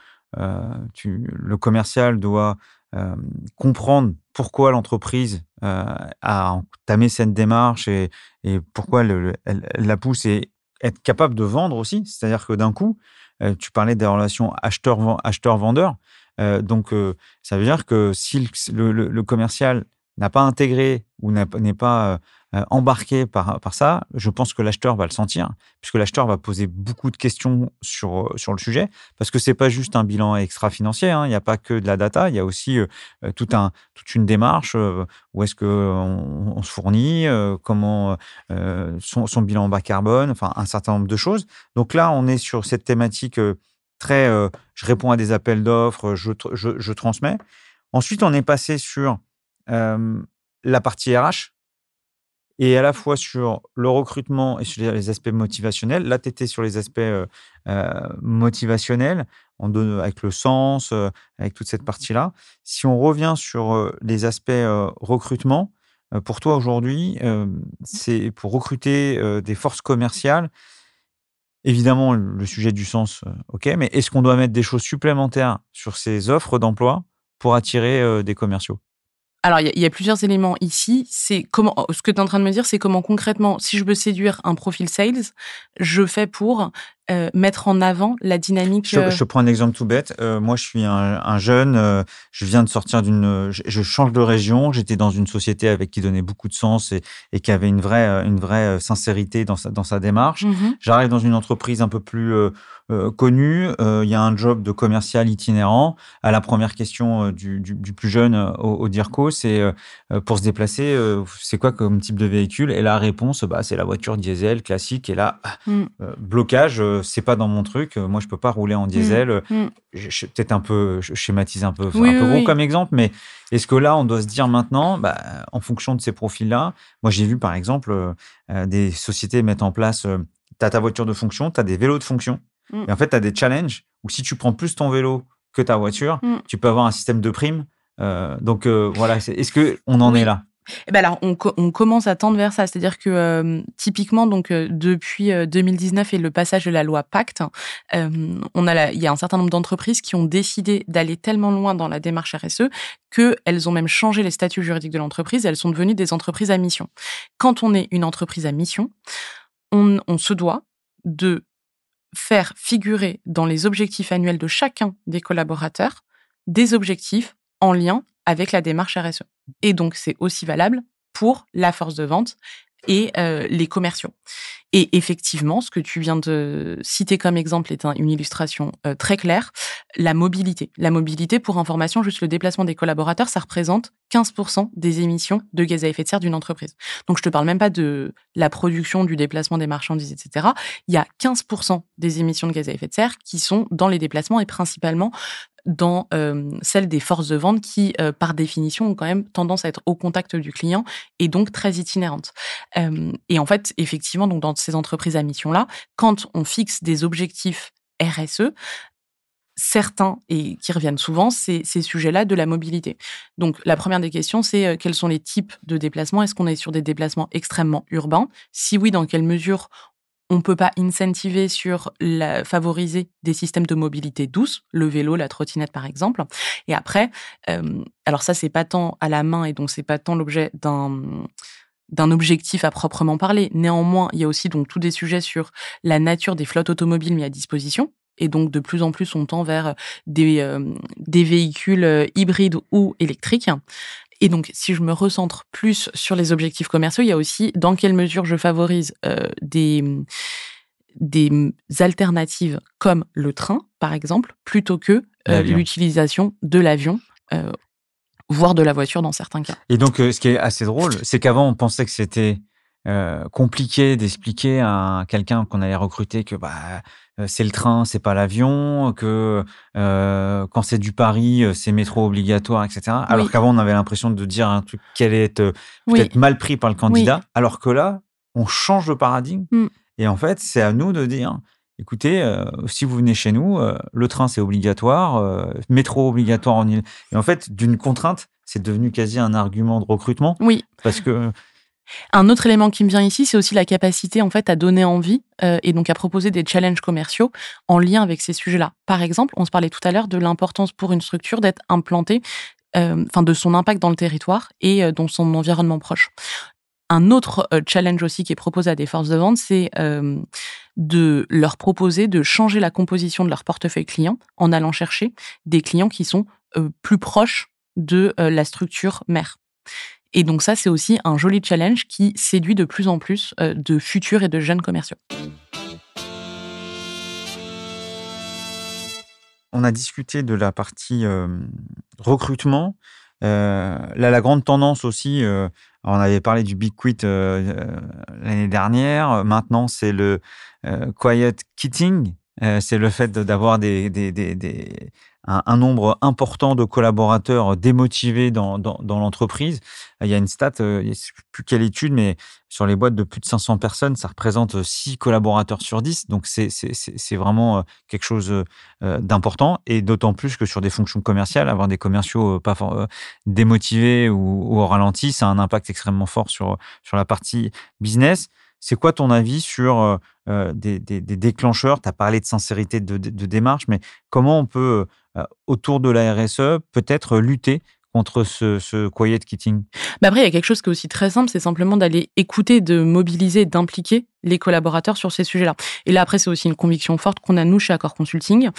le commercial doit comprendre pourquoi l'entreprise a entamé cette démarche et pourquoi elle la pousse et être capable de vendre aussi. C'est-à-dire que d'un coup, tu parlais des relations acheteur-vendeur. Donc, ça veut dire que si le commercial n'a pas intégré ou n'est pas embarqué par ça, je pense que l'acheteur va le sentir, puisque l'acheteur va poser beaucoup de questions sur le sujet, parce que c'est pas juste un bilan extra-financier, hein, il n'y a pas que de la data, il y a aussi toute une démarche, où est-ce qu'on se fournit, comment son bilan bas carbone, enfin un certain nombre de choses. Donc là, on est sur cette thématique très je réponds à des appels d'offres, je transmets. Ensuite, on est passé sur la partie RH et à la fois sur le recrutement et sur les aspects motivationnels. Là, tu étais sur les aspects motivationnels, avec le sens, avec toute cette partie-là. Si on revient sur les aspects recrutement, pour toi aujourd'hui, c'est pour recruter des forces commerciales. Évidemment, le sujet du sens, OK, mais est-ce qu'on doit mettre des choses supplémentaires sur ces offres d'emploi pour attirer des commerciaux? Alors, il y a plusieurs éléments ici. C'est comment, ce que tu es en train de me dire, c'est comment concrètement, si je veux séduire un profil sales, je fais pour mettre en avant la dynamique. Je te prends un exemple tout bête. Moi, je suis un jeune, je viens de sortir je change de région. J'étais dans une société qui donnait beaucoup de sens et qui avait une vraie sincérité dans sa démarche. J'arrive dans une entreprise un peu plus connue. Il y a un job de commercial itinérant. À la première question du plus jeune au DIRCO, c'est pour se déplacer, c'est quoi comme type de véhicule? Et la réponse, c'est la voiture diesel classique. Et là, blocage. C'est pas dans mon truc. Moi, je peux pas rouler en diesel. Peut-être je schématise un peu gros comme exemple, mais est-ce que là, on doit se dire maintenant, en fonction de ces profils-là, moi, j'ai vu par exemple des sociétés mettre en place, tu as ta voiture de fonction, tu as des vélos de fonction, et en fait, tu as des challenges où si tu prends plus ton vélo que ta voiture, tu peux avoir un système de primes. Donc voilà, est-ce qu'on en est là? Eh ben alors, on commence à tendre vers ça. C'est-à-dire que, typiquement, donc, depuis 2019 et le passage de la loi Pacte, il y a un certain nombre d'entreprises qui ont décidé d'aller tellement loin dans la démarche RSE qu'elles ont même changé les statuts juridiques de l'entreprise. Elles sont devenues des entreprises à mission. Quand on est une entreprise à mission, on se doit de faire figurer dans les objectifs annuels de chacun des collaborateurs des objectifs en lien avec la démarche RSE. Et donc, c'est aussi valable pour la force de vente et les commerciaux. Et effectivement, ce que tu viens de citer comme exemple est une illustration très claire. La mobilité. La mobilité, pour information, juste le déplacement des collaborateurs, ça représente 15% des émissions de gaz à effet de serre d'une entreprise. Donc, je te parle même pas de la production, du déplacement des marchandises, etc. Il y a 15% des émissions de gaz à effet de serre qui sont dans les déplacements et principalement dans celle des forces de vente qui, par définition, ont quand même tendance à être au contact du client et donc très itinérantes. Et en fait, effectivement, donc dans ces entreprises à mission-là, quand on fixe des objectifs RSE, certains et qui reviennent souvent, c'est ces sujets-là de la mobilité. Donc, la première des questions, c'est quels sont les types de déplacements? Est-ce qu'on est sur des déplacements extrêmement urbains? Si oui, dans quelle mesure on ne peut pas incentiver favoriser des systèmes de mobilité douce, le vélo, la trottinette par exemple. Et après, alors ça, c'est pas tant à la main et donc c'est pas tant l'objet d'un objectif à proprement parler. Néanmoins, il y a aussi donc tous des sujets sur la nature des flottes automobiles mis à disposition. Et donc, de plus en plus, on tend vers des véhicules hybrides ou électriques. Et donc, si je me recentre plus sur les objectifs commerciaux, il y a aussi dans quelle mesure je favorise des alternatives comme le train, par exemple, plutôt que L'avion. l'utilisation de l'avion, voire de la voiture dans certains cas. Et donc, ce qui est assez drôle, c'est qu'avant, on pensait que c'était compliqué d'expliquer à quelqu'un qu'on allait recruter que c'est le train, c'est pas l'avion, que quand c'est du Paris, c'est métro obligatoire, etc. Alors Oui. qu'avant, on avait l'impression de dire un truc qui allait être Oui. peut-être mal pris par le candidat, alors que là, on change de paradigme. Et en fait, c'est à nous de dire, écoutez, si vous venez chez nous, le train, c'est obligatoire, métro obligatoire en île. Et en fait, d'une contrainte, c'est devenu quasi un argument de recrutement. Oui. Parce que un autre élément qui me vient ici, c'est aussi la capacité en fait à donner envie et donc à proposer des challenges commerciaux en lien avec ces sujets-là. Par exemple, on se parlait tout à l'heure de l'importance pour une structure d'être implantée, de son impact dans le territoire et dans son environnement proche. Un autre challenge aussi qui est proposé à des forces de vente, c'est de leur proposer de changer la composition de leur portefeuille client en allant chercher des clients qui sont plus proches de la structure mère. Et donc ça, c'est aussi un joli challenge qui séduit de plus en plus de futurs et de jeunes commerciaux. On a discuté de la partie recrutement. Là, la grande tendance aussi, on avait parlé du Big Quit l'année dernière. Maintenant, c'est le Quiet Quitting. C'est le fait d'avoir un nombre important de collaborateurs démotivés dans l'entreprise. Il y a une stat, je ne sais plus quelle étude, mais sur les boîtes de plus de 500 personnes, ça représente 6 collaborateurs sur 10. Donc, c'est vraiment quelque chose d'important. Et d'autant plus que sur des fonctions commerciales, avoir des commerciaux démotivés ou au ralenti, ça a un impact extrêmement fort sur la partie business. C'est quoi ton avis sur des déclencheurs? Tu as parlé de sincérité de démarche, mais comment on peut, autour de la RSE, peut-être lutter contre ce quiet quitting? Après, il y a quelque chose qui est aussi très simple, c'est simplement d'aller écouter, de mobiliser, d'impliquer les collaborateurs sur ces sujets-là. Et là, après, c'est aussi une conviction forte qu'on a, nous, chez Accor Consulting.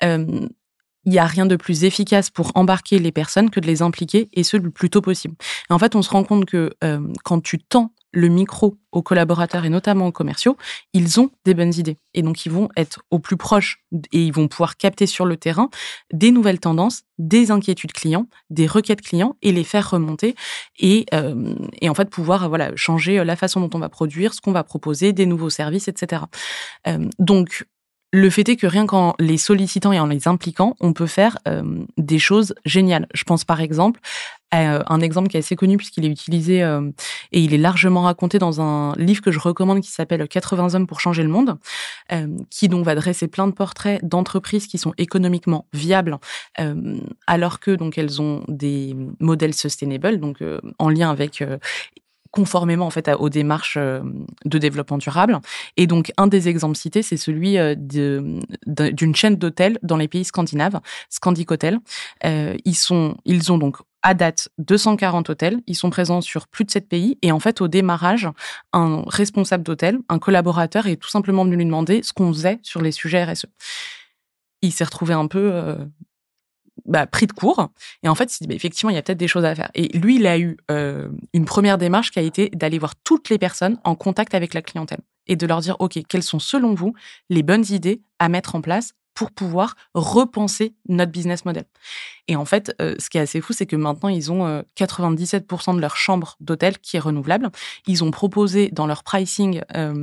Il n'y a rien de plus efficace pour embarquer les personnes que de les impliquer, et ce, le plus tôt possible. Et en fait, on se rend compte que quand tu tends le micro aux collaborateurs et notamment aux commerciaux, ils ont des bonnes idées. Et donc, ils vont être au plus proche et ils vont pouvoir capter sur le terrain des nouvelles tendances, des inquiétudes clients, des requêtes clients et les faire remonter et en fait pouvoir changer la façon dont on va produire, ce qu'on va proposer, des nouveaux services, etc. Donc, le fait est que rien qu'en les sollicitant et en les impliquant, on peut faire des choses géniales. Je pense par exemple à un exemple qui est assez connu puisqu'il est utilisé et il est largement raconté dans un livre que je recommande qui s'appelle 80 hommes pour changer le monde, qui donc va dresser plein de portraits d'entreprises qui sont économiquement viables alors que donc elles ont des modèles sustainable, donc en lien avec conformément en fait aux démarches de développement durable. Et donc un des exemples cités, c'est celui d'une chaîne d'hôtels dans les pays scandinaves, Scandic Hotel. Ils ont donc à date 240 hôtels, ils sont présents sur plus de 7 pays et en fait au démarrage, un responsable d'hôtel, un collaborateur est tout simplement venu lui demander ce qu'on faisait sur les sujets RSE. Il s'est retrouvé un peu pris de court. Et en fait, il s'est dit, effectivement, il y a peut-être des choses à faire. Et lui, il a eu une première démarche qui a été d'aller voir toutes les personnes en contact avec la clientèle et de leur dire, OK, quelles sont, selon vous, les bonnes idées à mettre en place pour pouvoir repenser notre business model. Et en fait, ce qui est assez fou, c'est que maintenant, ils ont 97% de leur chambre d'hôtel qui est renouvelable. Ils ont proposé dans leur pricing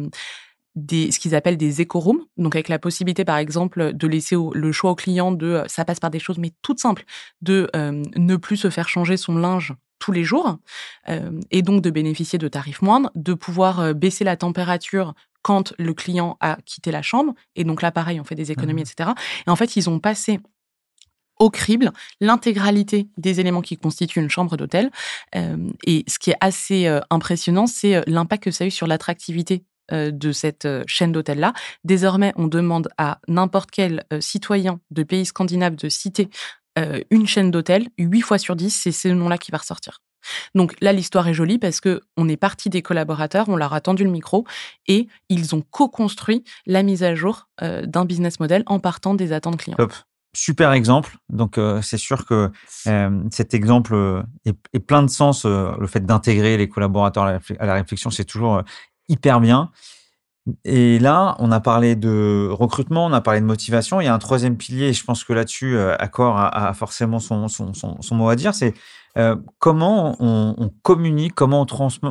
ce qu'ils appellent des éco-rooms, donc avec la possibilité, par exemple, de laisser le choix au client ça passe par des choses, mais toutes simples, de ne plus se faire changer son linge tous les jours, et donc de bénéficier de tarifs moindres, de pouvoir baisser la température quand le client a quitté la chambre. Et donc là, pareil, on fait des économies, etc. Et en fait, ils ont passé au crible l'intégralité des éléments qui constituent une chambre d'hôtel. Et ce qui est assez impressionnant, c'est l'impact que ça a eu sur l'attractivité de cette chaîne d'hôtels-là. Désormais, on demande à n'importe quel citoyen de pays scandinaves de citer une chaîne d'hôtels. 8 fois sur 10, c'est ce nom-là qui va ressortir. Donc là, l'histoire est jolie parce qu'on est parti des collaborateurs, on leur a tendu le micro et ils ont co-construit la mise à jour d'un business model en partant des attentes clients. Top. Super exemple. Donc, c'est sûr que cet exemple est plein de sens. Le fait d'intégrer les collaborateurs à la réflexion, c'est toujours hyper bien. Et là, on a parlé de recrutement, on a parlé de motivation. Il y a un troisième pilier, et je pense que là-dessus, Accor a forcément son mot à dire. C'est comment on communique, comment on transmet.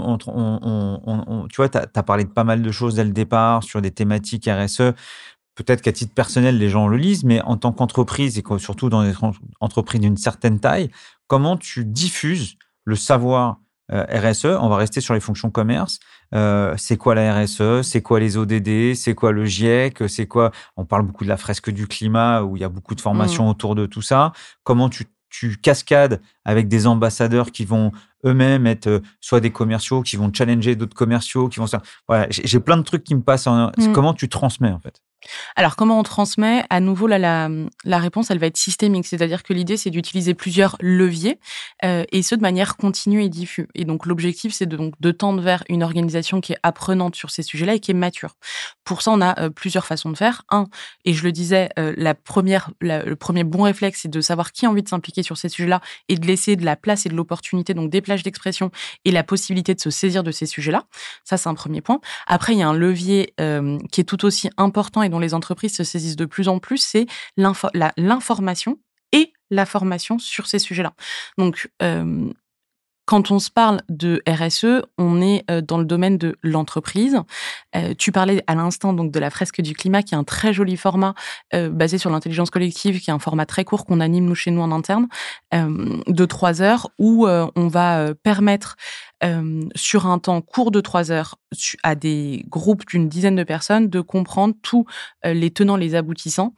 Tu vois, tu as parlé de pas mal de choses dès le départ sur des thématiques RSE. Peut-être qu'à titre personnel, les gens le lisent, mais en tant qu'entreprise et surtout dans des entreprises d'une certaine taille, comment tu diffuses le savoir RSE? On va rester sur les fonctions commerce. C'est quoi la RSE? C'est quoi les ODD? C'est quoi le GIEC? C'est quoi? On parle beaucoup de la fresque du climat où il y a beaucoup de formations autour de tout ça. Comment tu cascades avec des ambassadeurs qui vont eux-mêmes être soit des commerciaux, qui vont challenger d'autres commerciaux, qui vont... Voilà, j'ai plein de trucs qui me passent. Comment tu transmets, en fait? Alors, comment on transmet? À nouveau, là, la réponse, elle va être systémique. C'est-à-dire que l'idée, c'est d'utiliser plusieurs leviers et ce, de manière continue et diffuse. Et donc, l'objectif, c'est de tendre vers une organisation qui est apprenante sur ces sujets-là et qui est mature. Pour ça, on a plusieurs façons de faire. Et je le disais, le premier bon réflexe, c'est de savoir qui a envie de s'impliquer sur ces sujets-là et de laisser de la place et de l'opportunité, donc des plages d'expression et la possibilité de se saisir de ces sujets-là. Ça, c'est un premier point. Après, il y a un levier qui est tout aussi important et dont les entreprises se saisissent de plus en plus, c'est l'information et la formation sur ces sujets-là. Donc, quand on se parle de RSE, on est dans le domaine de l'entreprise. Tu parlais à l'instant donc de la fresque du climat, qui est un très joli format basé sur l'intelligence collective, qui est un format très court qu'on anime nous chez nous en interne, de 3 heures, où on va permettre sur un temps court de 3 heures à des groupes d'une dizaine de personnes de comprendre tous les tenants, les aboutissants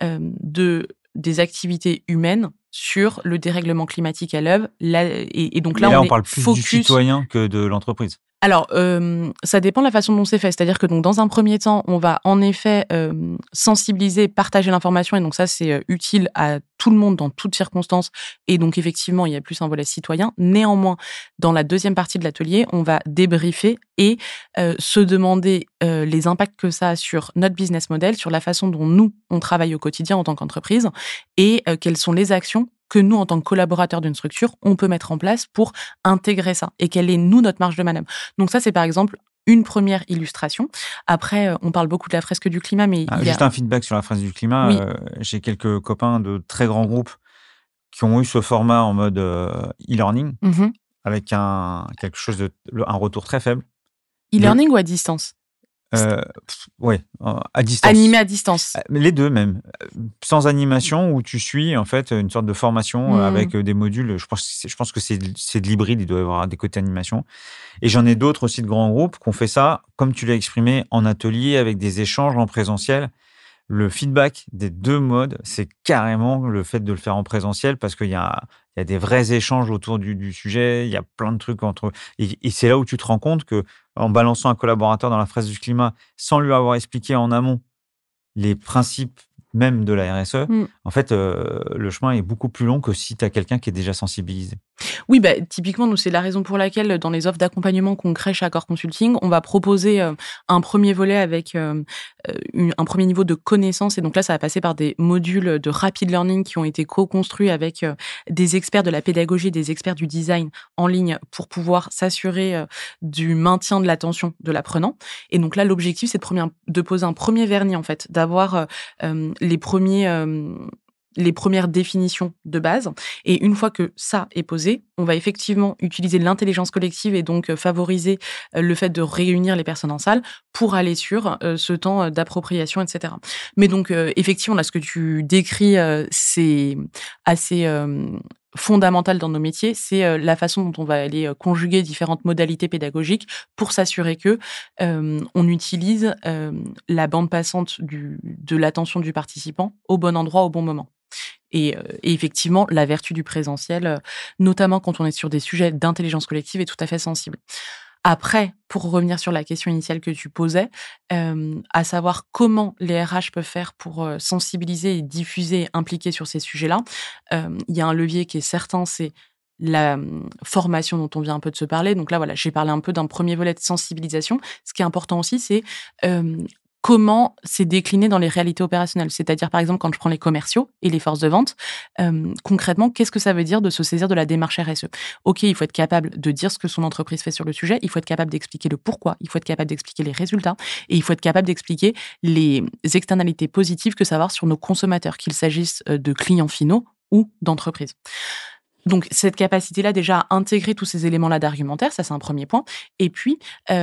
des activités humaines sur le dérèglement climatique à l'œuvre. Et donc là, on parle plus du citoyen que de l'entreprise. Alors, ça dépend de la façon dont c'est fait. C'est-à-dire que donc, dans un premier temps, on va en effet sensibiliser, partager l'information. Et donc ça, c'est utile à tout le monde dans toutes circonstances. Et donc, effectivement, il y a plus un volet citoyen. Néanmoins, dans la deuxième partie de l'atelier, on va débriefer et se demander les impacts que ça a sur notre business model, sur la façon dont nous, on travaille au quotidien en tant qu'entreprise et quelles sont les actions que nous, en tant que collaborateurs d'une structure, on peut mettre en place pour intégrer ça et quelle est, nous, notre marge de manœuvre. Donc ça, c'est par exemple une première illustration. Après, on parle beaucoup de la fresque du climat, mais juste un feedback sur la fresque du climat. Oui. J'ai quelques copains de très grands groupes qui ont eu ce format en mode e-learning avec un retour très faible. E-learning ou à distance? Oui, à distance. Animé à distance. Les deux même. Sans animation, où tu suis en fait une sorte de formation avec des modules. Je pense que c'est de l'hybride, il doit y avoir des côtés animation. Et j'en ai d'autres aussi de grands groupes qui ont fait ça, comme tu l'as exprimé, en atelier, avec des échanges en présentiel. Le feedback des deux modes, c'est carrément le fait de le faire en présentiel parce qu'il y a des vrais échanges autour du sujet, il y a plein de trucs entre... Et c'est là où tu te rends compte que en balançant un collaborateur dans la fresque du climat, sans lui avoir expliqué en amont les principes même de la RSE, en fait, le chemin est beaucoup plus long que si tu as quelqu'un qui est déjà sensibilisé. Oui, typiquement, nous, c'est la raison pour laquelle, dans les offres d'accompagnement qu'on crée chez Accor Consulting, on va proposer un premier volet avec un premier niveau de connaissance. Et donc là, ça va passer par des modules de rapid learning qui ont été co-construits avec des experts de la pédagogie, des experts du design en ligne pour pouvoir s'assurer du maintien de l'attention de l'apprenant. Et donc là, l'objectif, c'est de poser un premier vernis, en fait, d'avoir les premières définitions de base. Et une fois que ça est posé, on va effectivement utiliser l'intelligence collective et donc favoriser le fait de réunir les personnes en salle pour aller sur ce temps d'appropriation, etc. Mais donc, effectivement, là, ce que tu décris, c'est assez fondamentale dans nos métiers, c'est la façon dont on va aller conjuguer différentes modalités pédagogiques pour s'assurer que on utilise la bande passante de l'attention du participant au bon endroit, au bon moment. Et effectivement, la vertu du présentiel, notamment quand on est sur des sujets d'intelligence collective, est tout à fait sensible. Après, pour revenir sur la question initiale que tu posais, à savoir comment les RH peuvent faire pour sensibiliser et diffuser, impliquer sur ces sujets-là, il y a un levier qui est certain, c'est la formation dont on vient un peu de se parler. Donc là, voilà, j'ai parlé un peu d'un premier volet de sensibilisation. Ce qui est important aussi, c'est comment c'est décliné dans les réalités opérationnelles. C'est-à-dire, par exemple, quand je prends les commerciaux et les forces de vente, concrètement, qu'est-ce que ça veut dire de se saisir de la démarche RSE? OK, il faut être capable de dire ce que son entreprise fait sur le sujet, il faut être capable d'expliquer le pourquoi, il faut être capable d'expliquer les résultats et il faut être capable d'expliquer les externalités positives que ça va avoir sur nos consommateurs, qu'il s'agisse de clients finaux ou d'entreprises. Donc, cette capacité-là, déjà, à intégrer tous ces éléments-là d'argumentaire, ça, c'est un premier point. Et puis,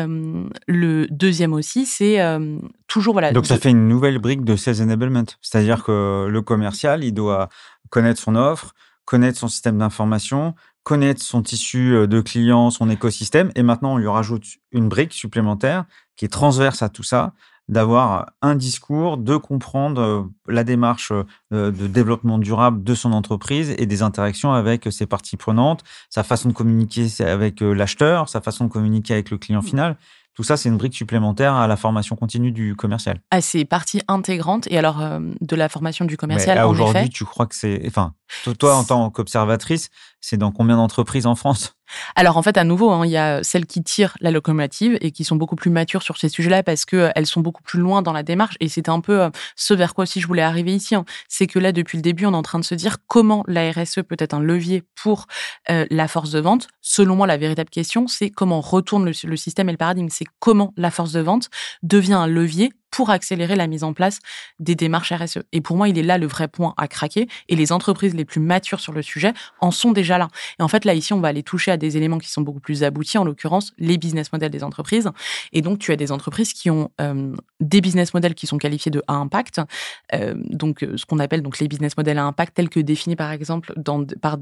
le deuxième aussi, c'est toujours... Voilà, Donc, ça fait une nouvelle brique de sales enablement. C'est-à-dire que le commercial, il doit connaître son offre, connaître son système d'information, connaître son tissu de clients, son écosystème. Et maintenant, on lui rajoute une brique supplémentaire qui est transverse à tout ça, d'avoir un discours, de comprendre la démarche de développement durable de son entreprise et des interactions avec ses parties prenantes, sa façon de communiquer avec l'acheteur, sa façon de communiquer avec le client final. Tout ça, c'est une brique supplémentaire à la formation continue du commercial. Ah, c'est partie intégrante. Et alors, de la formation du commercial, en effet... Aujourd'hui, tu crois que c'est... Enfin, toi, en tant qu'observatrice, c'est dans combien d'entreprises en France ? Alors, en fait, à nouveau, il y a celles qui tirent la locomotive et qui sont beaucoup plus matures sur ces sujets-là parce qu'elles sont beaucoup plus loin dans la démarche. Et c'était un peu ce vers quoi aussi je voulais arriver ici. C'est que là, depuis le début, on est en train de se dire comment la RSE peut être un levier pour la force de vente. Selon moi, la véritable question, c'est comment on retourne le système et le paradigme. C'est comment la force de vente devient un levier pour accélérer la mise en place des démarches RSE. Et pour moi, il est là le vrai point à craquer. Et les entreprises les plus matures sur le sujet en sont déjà là. Et en fait, là, ici, on va aller toucher à des éléments qui sont beaucoup plus aboutis, en l'occurrence, les business models des entreprises. Et donc, tu as des entreprises qui ont des business models qui sont qualifiés de à impact. Donc, ce qu'on appelle donc les business models à impact, tels que définis, par exemple, par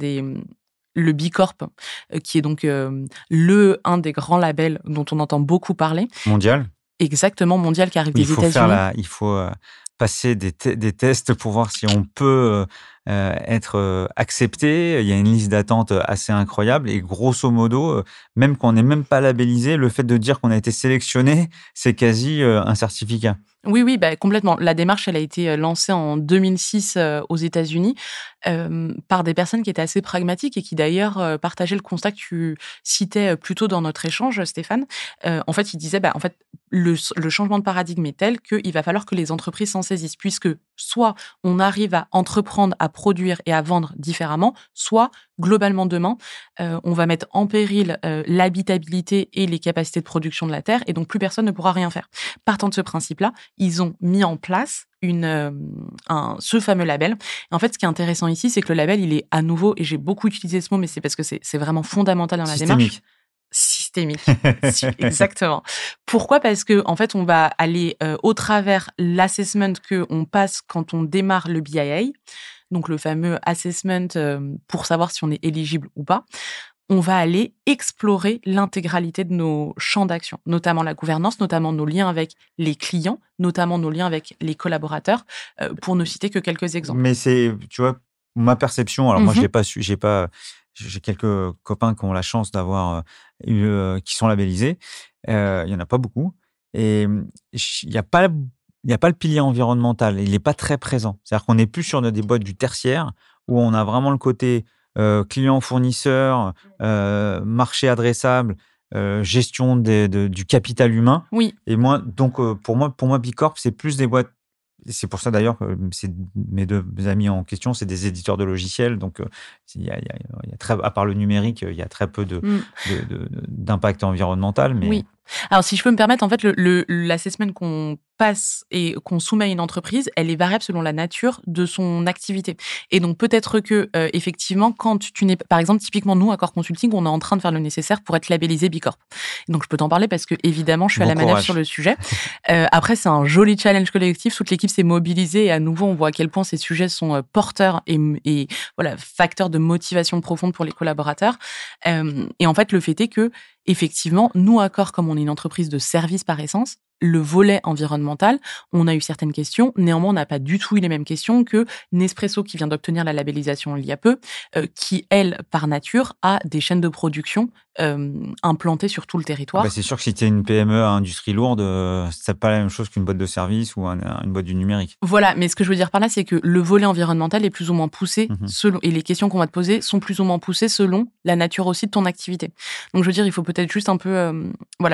le B Corp, qui est donc un des grands labels dont on entend beaucoup parler. Mondial. Exactement, mondial, qui arrive des États-Unis. Il faut passer des tests pour voir si on peut être accepté. Il y a une liste d'attente assez incroyable. Et grosso modo, même quand on n'est même pas labellisé, le fait de dire qu'on a été sélectionné, c'est quasi un certificat. Oui, complètement. La démarche, elle a été lancée en 2006 aux États-Unis par des personnes qui étaient assez pragmatiques et qui d'ailleurs partageaient le constat que tu citais plus tôt dans notre échange, Stéphane. En fait, ils disaient, le changement de paradigme est tel qu'il va falloir que les entreprises s'en saisissent, puisque soit on arrive à entreprendre, à produire et à vendre différemment, soit globalement demain, on va mettre en péril l'habitabilité et les capacités de production de la Terre, et donc plus personne ne pourra rien faire. Partant de ce principe-là, ils ont mis en place ce fameux label. Et en fait, ce qui est intéressant ici, c'est que le label, il est à nouveau, et j'ai beaucoup utilisé ce mot, mais c'est parce que c'est vraiment fondamental dans la démarche. Systémique. Exactement. Pourquoi ? Parce que en fait, on va aller au travers l'assessment que on passe quand on démarre le BIA, donc le fameux assessment pour savoir si on est éligible ou pas. On va aller explorer l'intégralité de nos champs d'action, notamment la gouvernance, notamment nos liens avec les clients, notamment nos liens avec les collaborateurs, pour ne citer que quelques exemples. Mais c'est, tu vois, ma perception, alors moi, je l'ai pas su, j'ai quelques copains qui ont la chance d'avoir qui sont labellisés. Il y en a pas beaucoup. Et il n'y a pas le pilier environnemental. Il n'est pas très présent. C'est-à-dire qu'on n'est plus sur des boîtes du tertiaire où on a vraiment le côté client, fournisseur, marché adressable, gestion du capital humain. Oui. Et moi, donc, pour moi, B Corp, c'est plus des boîtes. C'est pour ça d'ailleurs que mes deux amis en question, c'est des éditeurs de logiciels. Donc, il y a très, à part le numérique, il y a très peu d'impact environnemental. Mais... Oui. Alors, si je peux me permettre, en fait, l'assessment qu'on passe et qu'on soumet à une entreprise, elle est variable selon la nature de son activité. Et donc peut-être que effectivement, quand tu n'es, par exemple, typiquement nous, Accor Consulting, on est en train de faire le nécessaire pour être labellisé Bicorp. Donc je peux t'en parler parce que évidemment, je suis à Bon la manœuvre courage. sur le sujet. Après, c'est un joli challenge collectif. Toute l'équipe s'est mobilisée et à nouveau, on voit à quel point ces sujets sont porteurs et voilà, facteurs de motivation profonde pour les collaborateurs. Et en fait, le fait est que effectivement, nous, Accor, comme on est une entreprise de service par essence, le volet environnemental, on a eu certaines questions. Néanmoins, on n'a pas du tout eu les mêmes questions que Nespresso, qui vient d'obtenir la labellisation il y a peu, qui, elle, par nature, a des chaînes de production implantées sur tout le territoire. C'est sûr que si tu es une PME à industrie lourde, c'est pas la même chose qu'une boîte de service ou une boîte du numérique. Voilà, mais ce que je veux dire par là, c'est que le volet environnemental est plus ou moins poussé selon, et les questions qu'on va te poser sont plus ou moins poussées selon la nature aussi de ton activité. Donc, je veux dire, il faut peut-être juste un peu,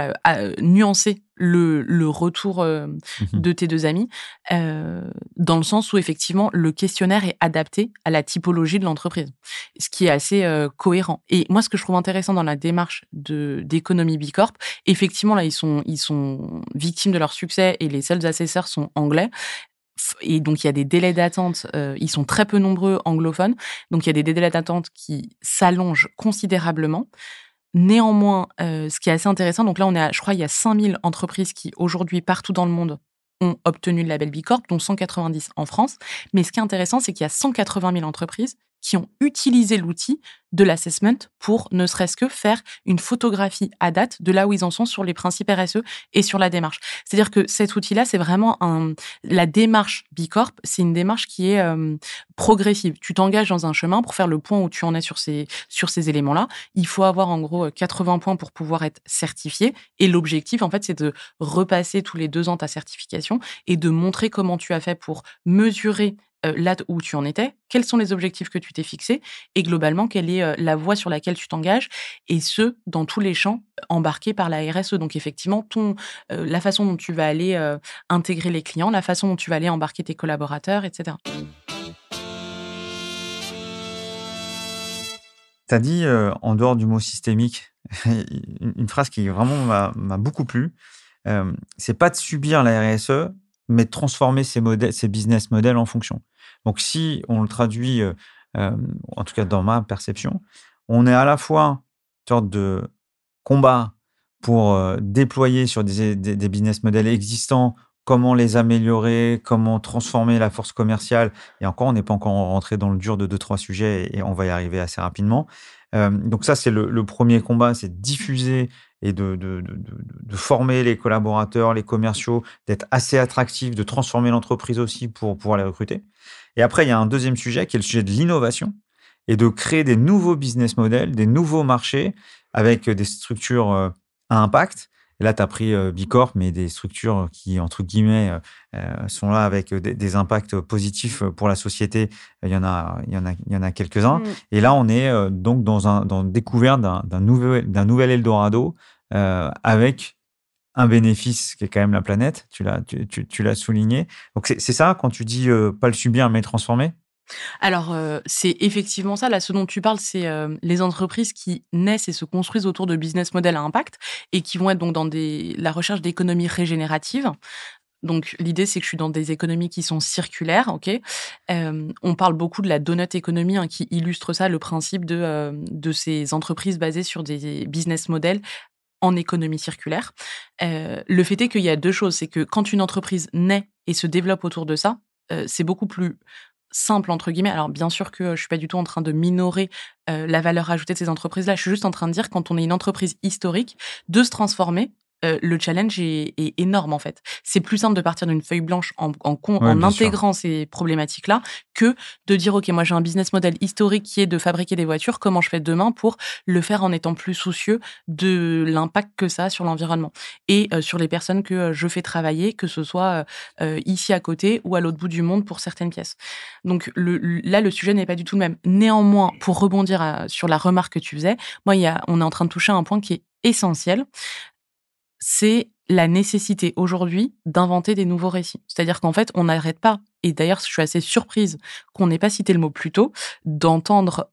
nuancer le retour de tes deux amis, dans le sens où effectivement le questionnaire est adapté à la typologie de l'entreprise, ce qui est assez cohérent. Et moi, ce que je trouve intéressant dans la démarche d'économie Bicorp, effectivement là ils sont victimes de leur succès et les seuls assesseurs sont anglais. Et donc, il y a des délais d'attente, ils sont très peu nombreux anglophones, donc il y a des délais d'attente qui s'allongent considérablement. Néanmoins, ce qui est assez intéressant, donc là, je crois, il y a 5000 entreprises qui, aujourd'hui, partout dans le monde, ont obtenu le label Bicorp, dont 190 en France. Mais ce qui est intéressant, c'est qu'il y a 180 000 entreprises qui ont utilisé l'outil de l'assessment pour ne serait-ce que faire une photographie à date de là où ils en sont sur les principes RSE et sur la démarche. C'est-à-dire que cet outil-là, c'est vraiment la démarche Bicorp, c'est une démarche qui est progressive. Tu t'engages dans un chemin pour faire le point où tu en es sur ces éléments-là. Il faut avoir en gros 80 points pour pouvoir être certifié. Et l'objectif, en fait, c'est de repasser tous les 2 ans ta certification et de montrer comment tu as fait pour mesurer là où tu en étais, quels sont les objectifs que tu t'es fixés et globalement, quelle est la voie sur laquelle tu t'engages, et ce, dans tous les champs embarqués par la RSE. Donc effectivement, la façon dont tu vas aller intégrer les clients, la façon dont tu vas aller embarquer tes collaborateurs, etc. Tu as dit, en dehors du mot systémique, une phrase qui vraiment m'a beaucoup plu. C'est pas de subir la RSE, mais de transformer ces business models en fonction. Donc, si on le traduit, en tout cas dans ma perception, on est à la fois une sorte de combat pour déployer sur des business models existants, comment les améliorer, comment transformer la force commerciale. Et encore, on n'est pas encore rentré dans le dur de 2-3 sujets et on va y arriver assez rapidement. Donc ça, c'est le premier combat, c'est de diffuser et de former les collaborateurs, les commerciaux, d'être assez attractifs, de transformer l'entreprise aussi pour pouvoir les recruter. Et après, il y a un deuxième sujet qui est le sujet de l'innovation et de créer des nouveaux business models, des nouveaux marchés avec des structures à impact. Et là, tu as pris Bicorp, mais des structures qui, entre guillemets, sont là avec des impacts positifs pour la société. Il y en a quelques-uns. Et là, on est donc dans découverte d'un nouvel Eldorado avec un bénéfice qui est quand même la planète. Tu l'as souligné. Donc, c'est ça, quand tu dis pas le subir, mais le transformer? Alors, c'est effectivement ça. Là, ce dont tu parles, c'est les entreprises qui naissent et se construisent autour de business models à impact et qui vont être donc dans la recherche d'économies régénératives. Donc, l'idée, c'est que je suis dans des économies qui sont circulaires, ok. On parle beaucoup de la donut economy, hein, qui illustre ça, le principe de ces entreprises basées sur des business models en économie circulaire. Le fait est qu'il y a 2 choses. C'est que quand une entreprise naît et se développe autour de ça, c'est beaucoup plus simple entre guillemets. Alors bien sûr que je suis pas du tout en train de minorer la valeur ajoutée de ces entreprises-là. Je suis juste en train de dire, quand on est une entreprise historique, de se transformer, le challenge est énorme en fait. C'est plus simple de partir d'une feuille blanche en intégrant ces problématiques-là que de dire ok, moi j'ai un business model historique qui est de fabriquer des voitures. Comment je fais demain pour le faire en étant plus soucieux de l'impact que ça a sur l'environnement et sur les personnes que je fais travailler, que ce soit ici à côté ou à l'autre bout du monde pour certaines pièces. Donc là, le sujet n'est pas du tout le même. Néanmoins, pour rebondir sur la remarque que tu faisais, moi, on est en train de toucher à un point qui est essentiel. C'est la nécessité aujourd'hui d'inventer des nouveaux récits. C'est-à-dire qu'en fait, on n'arrête pas, et d'ailleurs, je suis assez surprise qu'on n'ait pas cité le mot plus tôt, d'entendre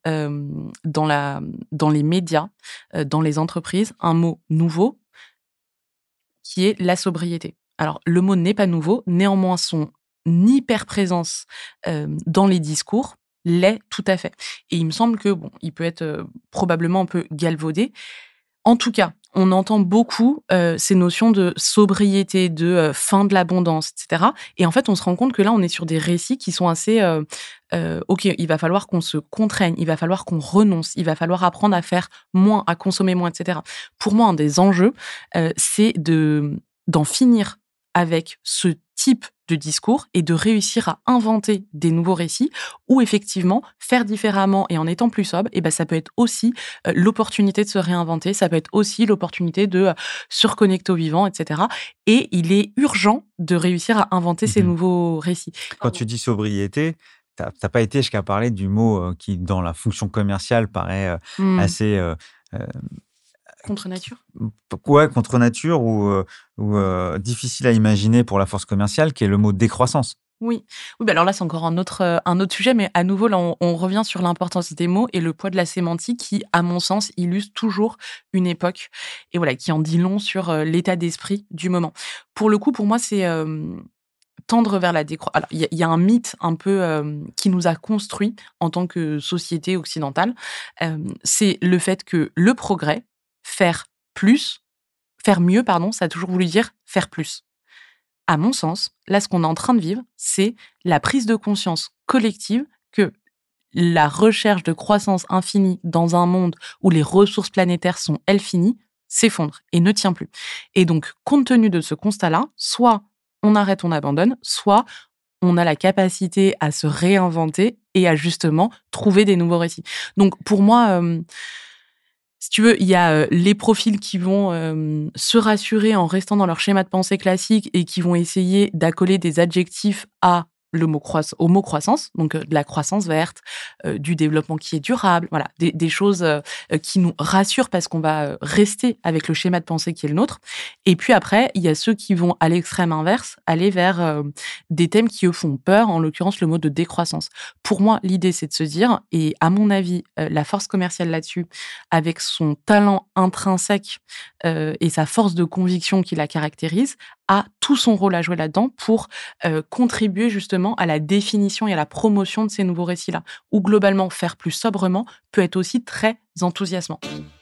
dans les médias, dans les entreprises, un mot nouveau qui est la sobriété. Alors, le mot n'est pas nouveau, néanmoins, son hyper-présence dans les discours l'est tout à fait. Et il me semble que, bon, il peut être probablement un peu galvaudé. En tout cas, on entend beaucoup ces notions de sobriété, de fin de l'abondance, etc. Et en fait, on se rend compte que là, on est sur des récits qui sont assez... OK, il va falloir qu'on se contraigne, il va falloir qu'on renonce, il va falloir apprendre à faire moins, à consommer moins, etc. Pour moi, un des enjeux, c'est d'en finir avec ce type de discours et de réussir à inventer des nouveaux récits où effectivement, faire différemment et en étant plus sobre, et ben, ça peut être aussi l'opportunité de se réinventer, ça peut être aussi l'opportunité de se reconnecter au vivant, etc. Et il est urgent de réussir à inventer ces nouveaux récits. Quand tu dis sobriété, t'as pas été jusqu'à parler du mot qui, dans la fonction commerciale, paraît assez Contre nature. ouais, contre nature ou difficile à imaginer pour la force commerciale, qui est le mot décroissance. Oui, oui, bah alors là, c'est encore un autre sujet, mais à nouveau, là, on revient sur l'importance des mots et le poids de la sémantique qui, à mon sens, illustre toujours une époque et voilà, qui en dit long sur l'état d'esprit du moment. Pour le coup, pour moi, c'est tendre vers la décroissance. Alors, il y a un mythe un peu qui nous a construit en tant que société occidentale. C'est le fait que le progrès, faire faire mieux, pardon, ça a toujours voulu dire faire plus. À mon sens, là, ce qu'on est en train de vivre, c'est la prise de conscience collective que la recherche de croissance infinie dans un monde où les ressources planétaires sont, elles, finies, s'effondre et ne tient plus. Et donc, compte tenu de ce constat-là, soit on arrête, on abandonne, soit on a la capacité à se réinventer et à justement trouver des nouveaux récits. Donc, pour moi, si tu veux, il y a les profils qui vont se rassurer en restant dans leur schéma de pensée classique et qui vont essayer d'accoler des adjectifs au mot croissance, donc de la croissance verte, du développement qui est durable, voilà, des choses qui nous rassurent parce qu'on va rester avec le schéma de pensée qui est le nôtre. Et puis après, il y a ceux qui vont à l'extrême inverse, aller vers des thèmes qui eux font peur, en l'occurrence le mot de décroissance. Pour moi, l'idée, c'est de se dire, et à mon avis, la force commerciale là-dessus, avec son talent intrinsèque et sa force de conviction qui la caractérise, a tout son rôle à jouer là-dedans pour contribuer justement à la définition et à la promotion de ces nouveaux récits-là, où globalement, faire plus sobrement peut être aussi très enthousiasmant.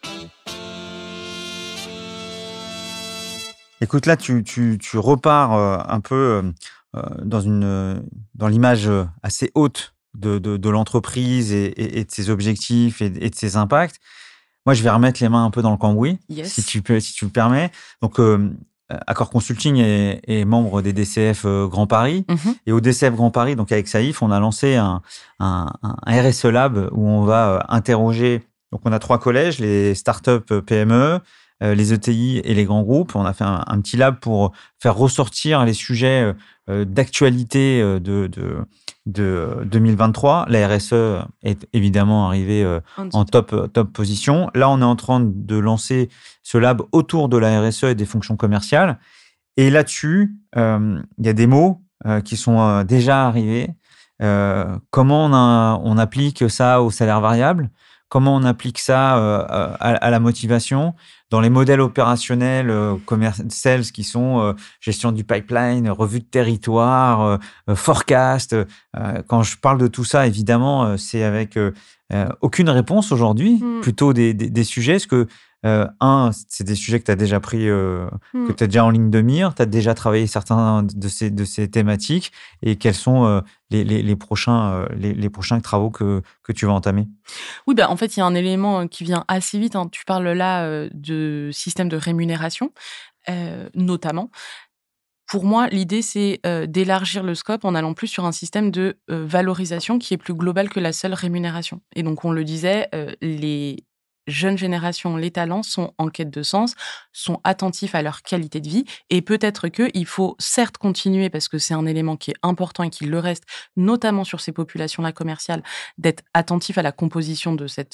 Écoute, là, tu repars un peu dans l'image assez haute de l'entreprise et de ses objectifs et de ses impacts. Moi, je vais remettre les mains un peu dans le cambouis, Yes. si tu le permets. Donc, Accor Consulting est membre des DCF Grand Paris. Mhm. Et au DCF Grand Paris, donc avec Saïf, on a lancé un RSE Lab où on va interroger. Donc, on a 3 collèges, les startups PME, les ETI et les grands groupes. On a fait un petit lab pour faire ressortir les sujets d'actualité de 2023. La RSE est évidemment arrivée en top position. Là, on est en train de lancer ce lab autour de la RSE et des fonctions commerciales. Et là-dessus, il y a des mots qui sont déjà arrivés. Comment on applique ça au salaire variable? Comment on applique ça à la motivation dans les modèles opérationnels sales qui sont gestion du pipeline, revue de territoire, forecast. Quand je parle de tout ça, évidemment, c'est avec aucune réponse aujourd'hui, plutôt des sujets. Est-ce que c'est des sujets que tu as déjà pris, que tu as déjà en ligne de mire, tu as déjà travaillé certains de ces thématiques, et quels sont les prochains travaux que tu vas entamer? Oui, en fait, il y a un élément qui vient assez vite, hein. Tu parles là de système de rémunération, notamment. Pour moi, l'idée, c'est d'élargir le scope en allant plus sur un système de valorisation qui est plus global que la seule rémunération. Et donc, on le disait, les jeunes générations, les talents sont en quête de sens, sont attentifs à leur qualité de vie. Et peut-être qu'il faut certes continuer, parce que c'est un élément qui est important et qui le reste, notamment sur ces populations-là commerciales, d'être attentif à la composition de cette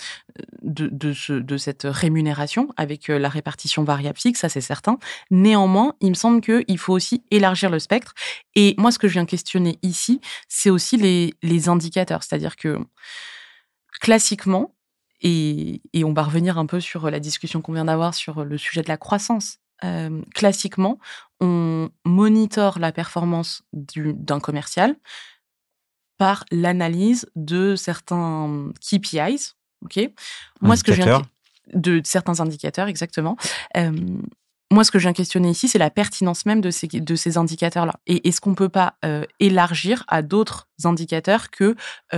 rémunération avec la répartition variable fixe, ça c'est certain. Néanmoins, il me semble qu'il faut aussi élargir le spectre. Et moi, ce que je viens questionner ici, c'est aussi les indicateurs. C'est-à-dire que classiquement, et on va revenir un peu sur la discussion qu'on vient d'avoir sur le sujet de la croissance, classiquement, on monitore la performance d'un commercial par l'analyse de certains KPIs, ok. Moi, ce que je viens Indicateur. de certains indicateurs, exactement. Moi, ce que je viens questionner ici, c'est la pertinence même de ces indicateurs-là. Et est-ce qu'on peut pas élargir à d'autres indicateurs que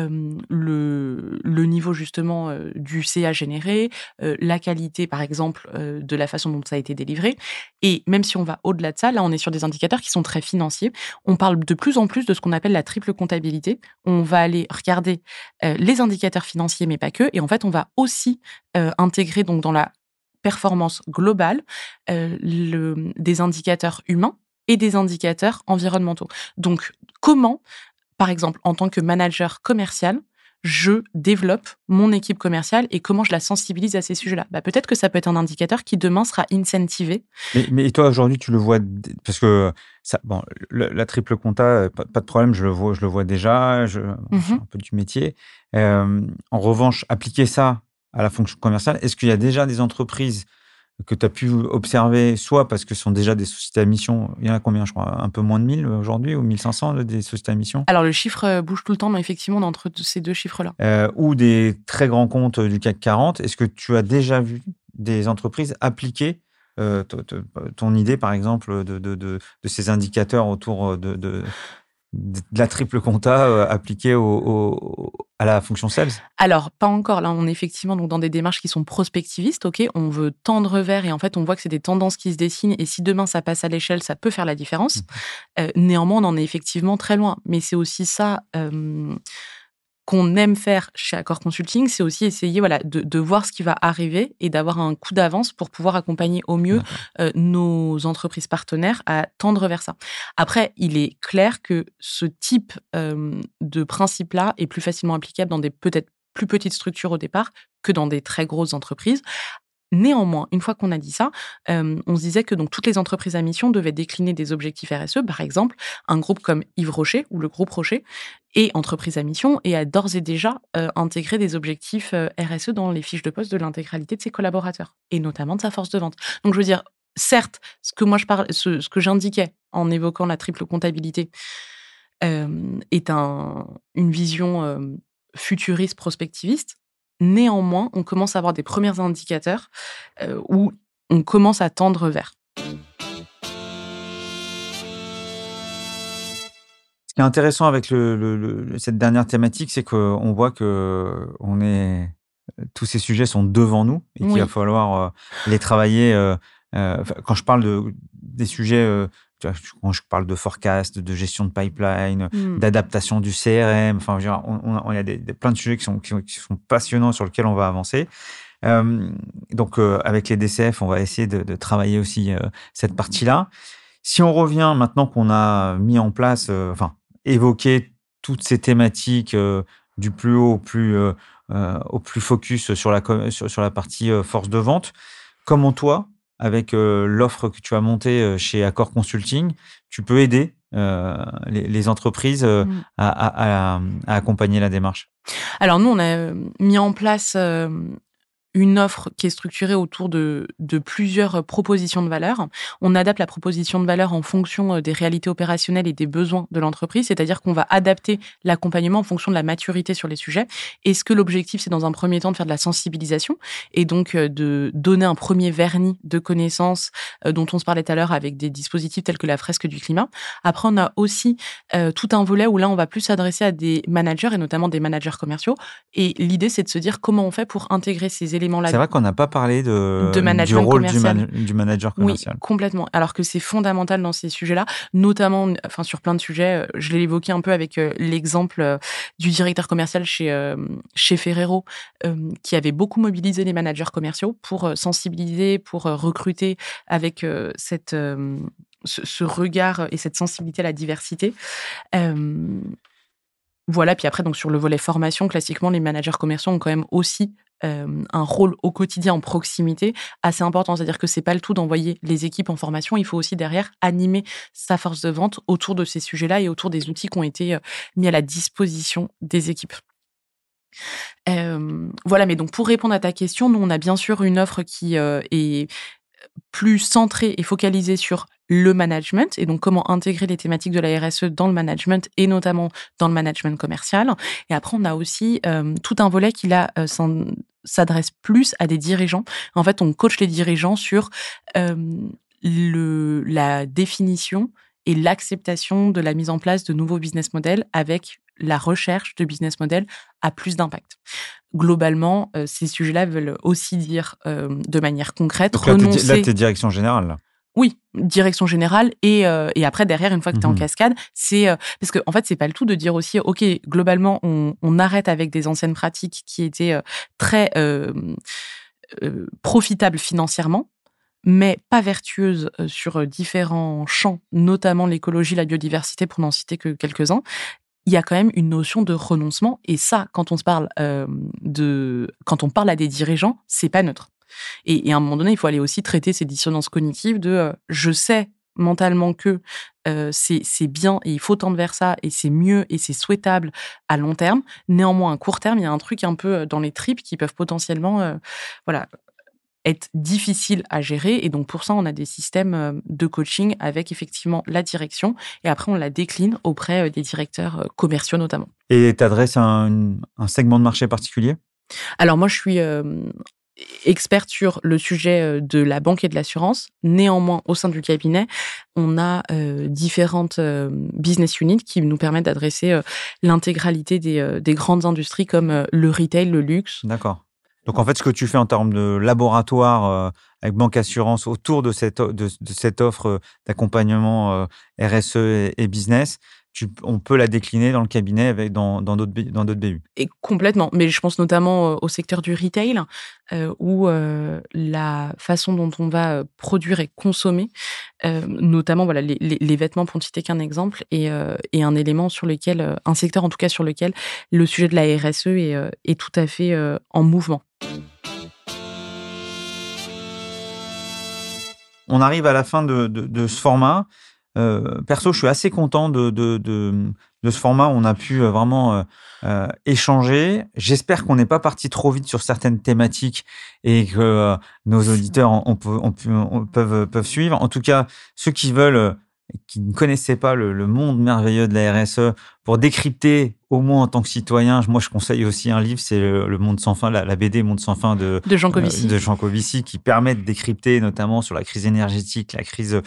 le niveau justement du CA généré, la qualité, par exemple, de la façon dont ça a été délivré. Et même si on va au-delà de ça, là, on est sur des indicateurs qui sont très financiers. On parle de plus en plus de ce qu'on appelle la triple comptabilité. On va aller regarder les indicateurs financiers, mais pas que. Et en fait, on va aussi intégrer donc dans la performance globale des indicateurs humains et des indicateurs environnementaux. Donc, comment, par exemple, en tant que manager commercial, je développe mon équipe commerciale et comment je la sensibilise à ces sujets-là. Peut-être que ça peut être un indicateur qui demain sera incentivé. Mais toi, aujourd'hui, tu le vois, parce que la triple compta, pas de problème, je le vois déjà, je fais un peu du métier. En revanche, appliquer ça à la fonction commerciale, est-ce qu'il y a déjà des entreprises que tu as pu observer, soit parce que ce sont déjà des sociétés à mission, il y en a combien, je crois, un peu moins de 1000 aujourd'hui, ou 1500 des sociétés à mission? Alors, le chiffre bouge tout le temps, mais effectivement, on est entre ces deux chiffres-là. Ou des très grands comptes du CAC 40. Est-ce que tu as déjà vu des entreprises appliquer ton idée, par exemple, de ces indicateurs autour de la triple compta appliquée à la fonction sales? Alors, pas encore. Là, on est effectivement donc dans des démarches qui sont prospectivistes. Ok, on veut tendre vers et en fait, on voit que c'est des tendances qui se dessinent. Et si demain ça passe à l'échelle, ça peut faire la différence. Néanmoins, on en est effectivement très loin. Mais c'est aussi ça qu'on aime faire chez Accor Consulting, c'est aussi essayer de voir ce qui va arriver et d'avoir un coup d'avance pour pouvoir accompagner au mieux nos entreprises partenaires à tendre vers ça. Après, il est clair que ce type de principe-là est plus facilement applicable dans des peut-être plus petites structures au départ que dans des très grosses entreprises. Néanmoins, une fois qu'on a dit ça, on se disait que donc toutes les entreprises à mission devaient décliner des objectifs RSE. Par exemple, un groupe comme Yves Rocher ou le groupe Rocher est entreprise à mission et a d'ores et déjà intégré des objectifs RSE dans les fiches de poste de l'intégralité de ses collaborateurs et notamment de sa force de vente. Donc, je veux dire, certes, ce que j'indiquais en évoquant la triple comptabilité est une vision futuriste, prospectiviste. Néanmoins, on commence à avoir des premiers indicateurs où on commence à tendre vers. Ce qui est intéressant avec cette dernière thématique, c'est qu'on voit que tous ces sujets sont devant nous et qu'il va falloir les travailler. Quand je parle des sujets, quand je parle de forecast, de gestion de pipeline, d'adaptation du CRM, enfin, je veux dire, il y a plein de sujets qui sont passionnants sur lesquels on va avancer. Donc, avec les DCF, on va essayer de travailler aussi cette partie-là. Si on revient maintenant qu'on a mis en place, évoqué toutes ces thématiques du plus haut au plus focus sur la partie force de vente, comment toi, avec l'offre que tu as montée chez Accor Consulting, tu peux aider les entreprises à accompagner la démarche? Alors nous, on a mis en place une offre qui est structurée autour de plusieurs propositions de valeur. On adapte la proposition de valeur en fonction des réalités opérationnelles et des besoins de l'entreprise, c'est-à-dire qu'on va adapter l'accompagnement en fonction de la maturité sur les sujets. Est-ce que l'objectif, c'est dans un premier temps de faire de la sensibilisation et donc de donner un premier vernis de connaissances dont on se parlait tout à l'heure avec des dispositifs tels que la fresque du climat. Après, on a aussi tout un volet où là, on va plus s'adresser à des managers et notamment des managers commerciaux. Et l'idée, c'est de se dire comment on fait pour intégrer ces éléments-là. C'est vrai qu'on n'a pas parlé du rôle du manager commercial. Oui, complètement. Alors que c'est fondamental dans ces sujets-là, notamment sur plein de sujets. Je l'ai évoqué un peu avec l'exemple du directeur commercial chez Ferrero, qui avait beaucoup mobilisé les managers commerciaux pour sensibiliser, pour recruter avec ce regard et cette sensibilité à la diversité. Voilà, puis après, donc sur le volet formation, classiquement, les managers commerciaux ont quand même aussi un rôle au quotidien en proximité assez important. C'est-à-dire que c'est pas le tout d'envoyer les équipes en formation, il faut aussi derrière animer sa force de vente autour de ces sujets-là et autour des outils qui ont été mis à la disposition des équipes. Voilà, mais donc pour répondre à ta question, nous, on a bien sûr une offre qui est plus centré et focalisé sur le management et donc comment intégrer les thématiques de la RSE dans le management et notamment dans le management commercial. Et après, on a aussi tout un volet qui là s'adresse plus à des dirigeants. En fait, on coach les dirigeants sur la définition et l'acceptation de la mise en place de nouveaux business models avec la recherche de business models à plus d'impact. Globalement, ces sujets-là veulent aussi dire de manière concrète donc là, renoncer... t'es direction générale, là. Oui, direction générale et après derrière une fois que tu es en cascade, c'est parce que en fait c'est pas le tout de dire aussi OK, globalement on arrête avec des anciennes pratiques qui étaient très profitables financièrement mais pas vertueuses sur différents champs, notamment l'écologie, la biodiversité pour n'en citer que quelques-uns. Il y a quand même une notion de renoncement et ça quand on se parle quand on parle à des dirigeants, c'est pas neutre. Et à un moment donné, il faut aller aussi traiter ces dissonances cognitives de je sais mentalement que c'est bien et il faut tendre vers ça et c'est mieux et c'est souhaitable à long terme. Néanmoins, à court terme, il y a un truc un peu dans les tripes qui peuvent potentiellement être difficiles à gérer. Et donc, pour ça, on a des systèmes de coaching avec effectivement la direction et après, on la décline auprès des directeurs commerciaux notamment. Et tu adresses un segment de marché particulier ? Alors, moi, je suis... experte sur le sujet de la banque et de l'assurance. Néanmoins, au sein du cabinet, on a différentes business units qui nous permettent d'adresser l'intégralité des grandes industries comme le retail, le luxe. D'accord. Donc, en fait, ce que tu fais en termes de laboratoire avec Banque Assurance autour de cette offre d'accompagnement RSE et business, on peut la décliner dans le cabinet dans d'autres BU. Et complètement. Mais je pense notamment au secteur du retail où la façon dont on va produire et consommer, notamment voilà, les vêtements pour ne citer qu'un exemple, et un élément sur lequel, un secteur en tout cas sur lequel le sujet de la RSE est tout à fait en mouvement. On arrive à la fin de ce format. Perso, je suis assez content de ce format. On a pu vraiment échanger. J'espère qu'on n'est pas parti trop vite sur certaines thématiques et que nos auditeurs peuvent suivre. En tout cas, ceux qui ne connaissaient pas le monde merveilleux de la RSE, pour décrypter au moins en tant que citoyen, moi je conseille aussi un livre, c'est le Monde sans fin, la BD Monde sans fin de Jean Covici. De Jean Covici, qui permet de décrypter notamment sur la crise énergétique, la crise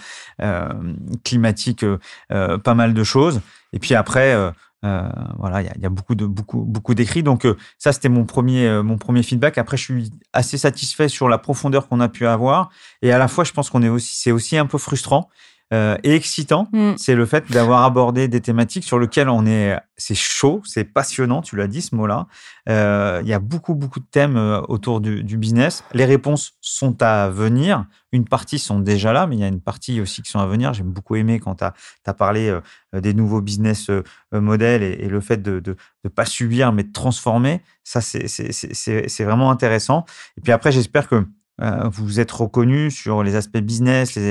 climatique, pas mal de choses. Et puis après, voilà, il y a beaucoup d'écrits. Donc ça, c'était mon premier feedback. Après, je suis assez satisfait sur la profondeur qu'on a pu avoir. Et à la fois, je pense c'est aussi un peu frustrant. Et excitant, c'est le fait d'avoir abordé des thématiques sur lesquelles c'est chaud, c'est passionnant, tu l'as dit ce mot-là. Il y a beaucoup de thèmes autour du business. Les réponses sont à venir. Une partie sont déjà là, mais il y a une partie aussi qui sont à venir. J'ai beaucoup aimé quand tu as parlé des nouveaux business modèles et le fait de pas subir, mais de transformer. Ça, c'est vraiment intéressant. Et puis après, j'espère que vous êtes reconnu sur les aspects business, sur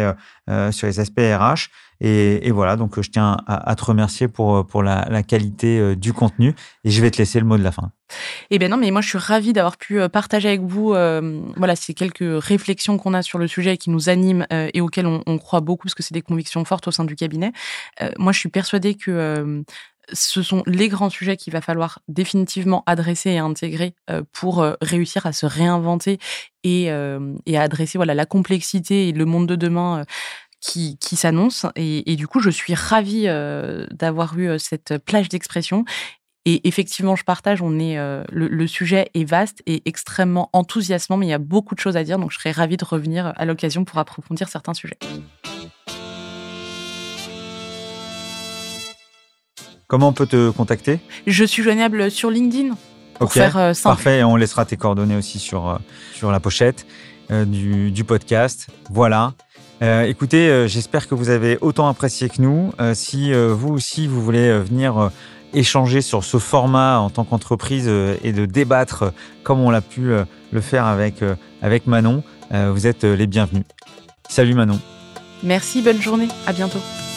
les aspects RH. Et voilà, donc je tiens à te remercier pour la qualité du contenu. Et je vais te laisser le mot de la fin. Eh bien non, mais moi je suis ravie d'avoir pu partager avec vous ces quelques réflexions qu'on a sur le sujet qui nous animent et auxquelles on croit beaucoup parce que c'est des convictions fortes au sein du cabinet. Moi je suis persuadée que ce sont les grands sujets qu'il va falloir définitivement adresser et intégrer pour réussir à se réinventer et à adresser la complexité et le monde de demain qui s'annonce. Et du coup, je suis ravie d'avoir eu cette plage d'expression. Et effectivement, je partage, le sujet est vaste et extrêmement enthousiasmant, mais il y a beaucoup de choses à dire, donc je serais ravie de revenir à l'occasion pour approfondir certains sujets. Comment on peut te contacter ? Je suis joignable sur LinkedIn, pour faire simple. Parfait, et on laissera tes coordonnées aussi sur la pochette du podcast. Voilà. Écoutez, j'espère que vous avez autant apprécié que nous. Si vous aussi, vous voulez venir échanger sur ce format en tant qu'entreprise et de débattre comme on l'a pu le faire avec Manon, vous êtes les bienvenus. Salut Manon. Merci, bonne journée, à bientôt.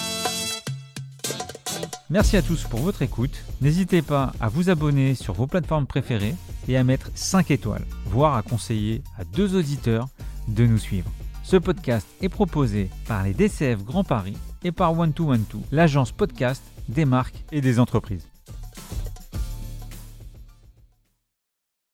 Merci à tous pour votre écoute. N'hésitez pas à vous abonner sur vos plateformes préférées et à mettre 5 étoiles, voire à conseiller à 2 auditeurs de nous suivre. Ce podcast est proposé par les DCF Grand Paris et par One2One2, l'agence podcast des marques et des entreprises.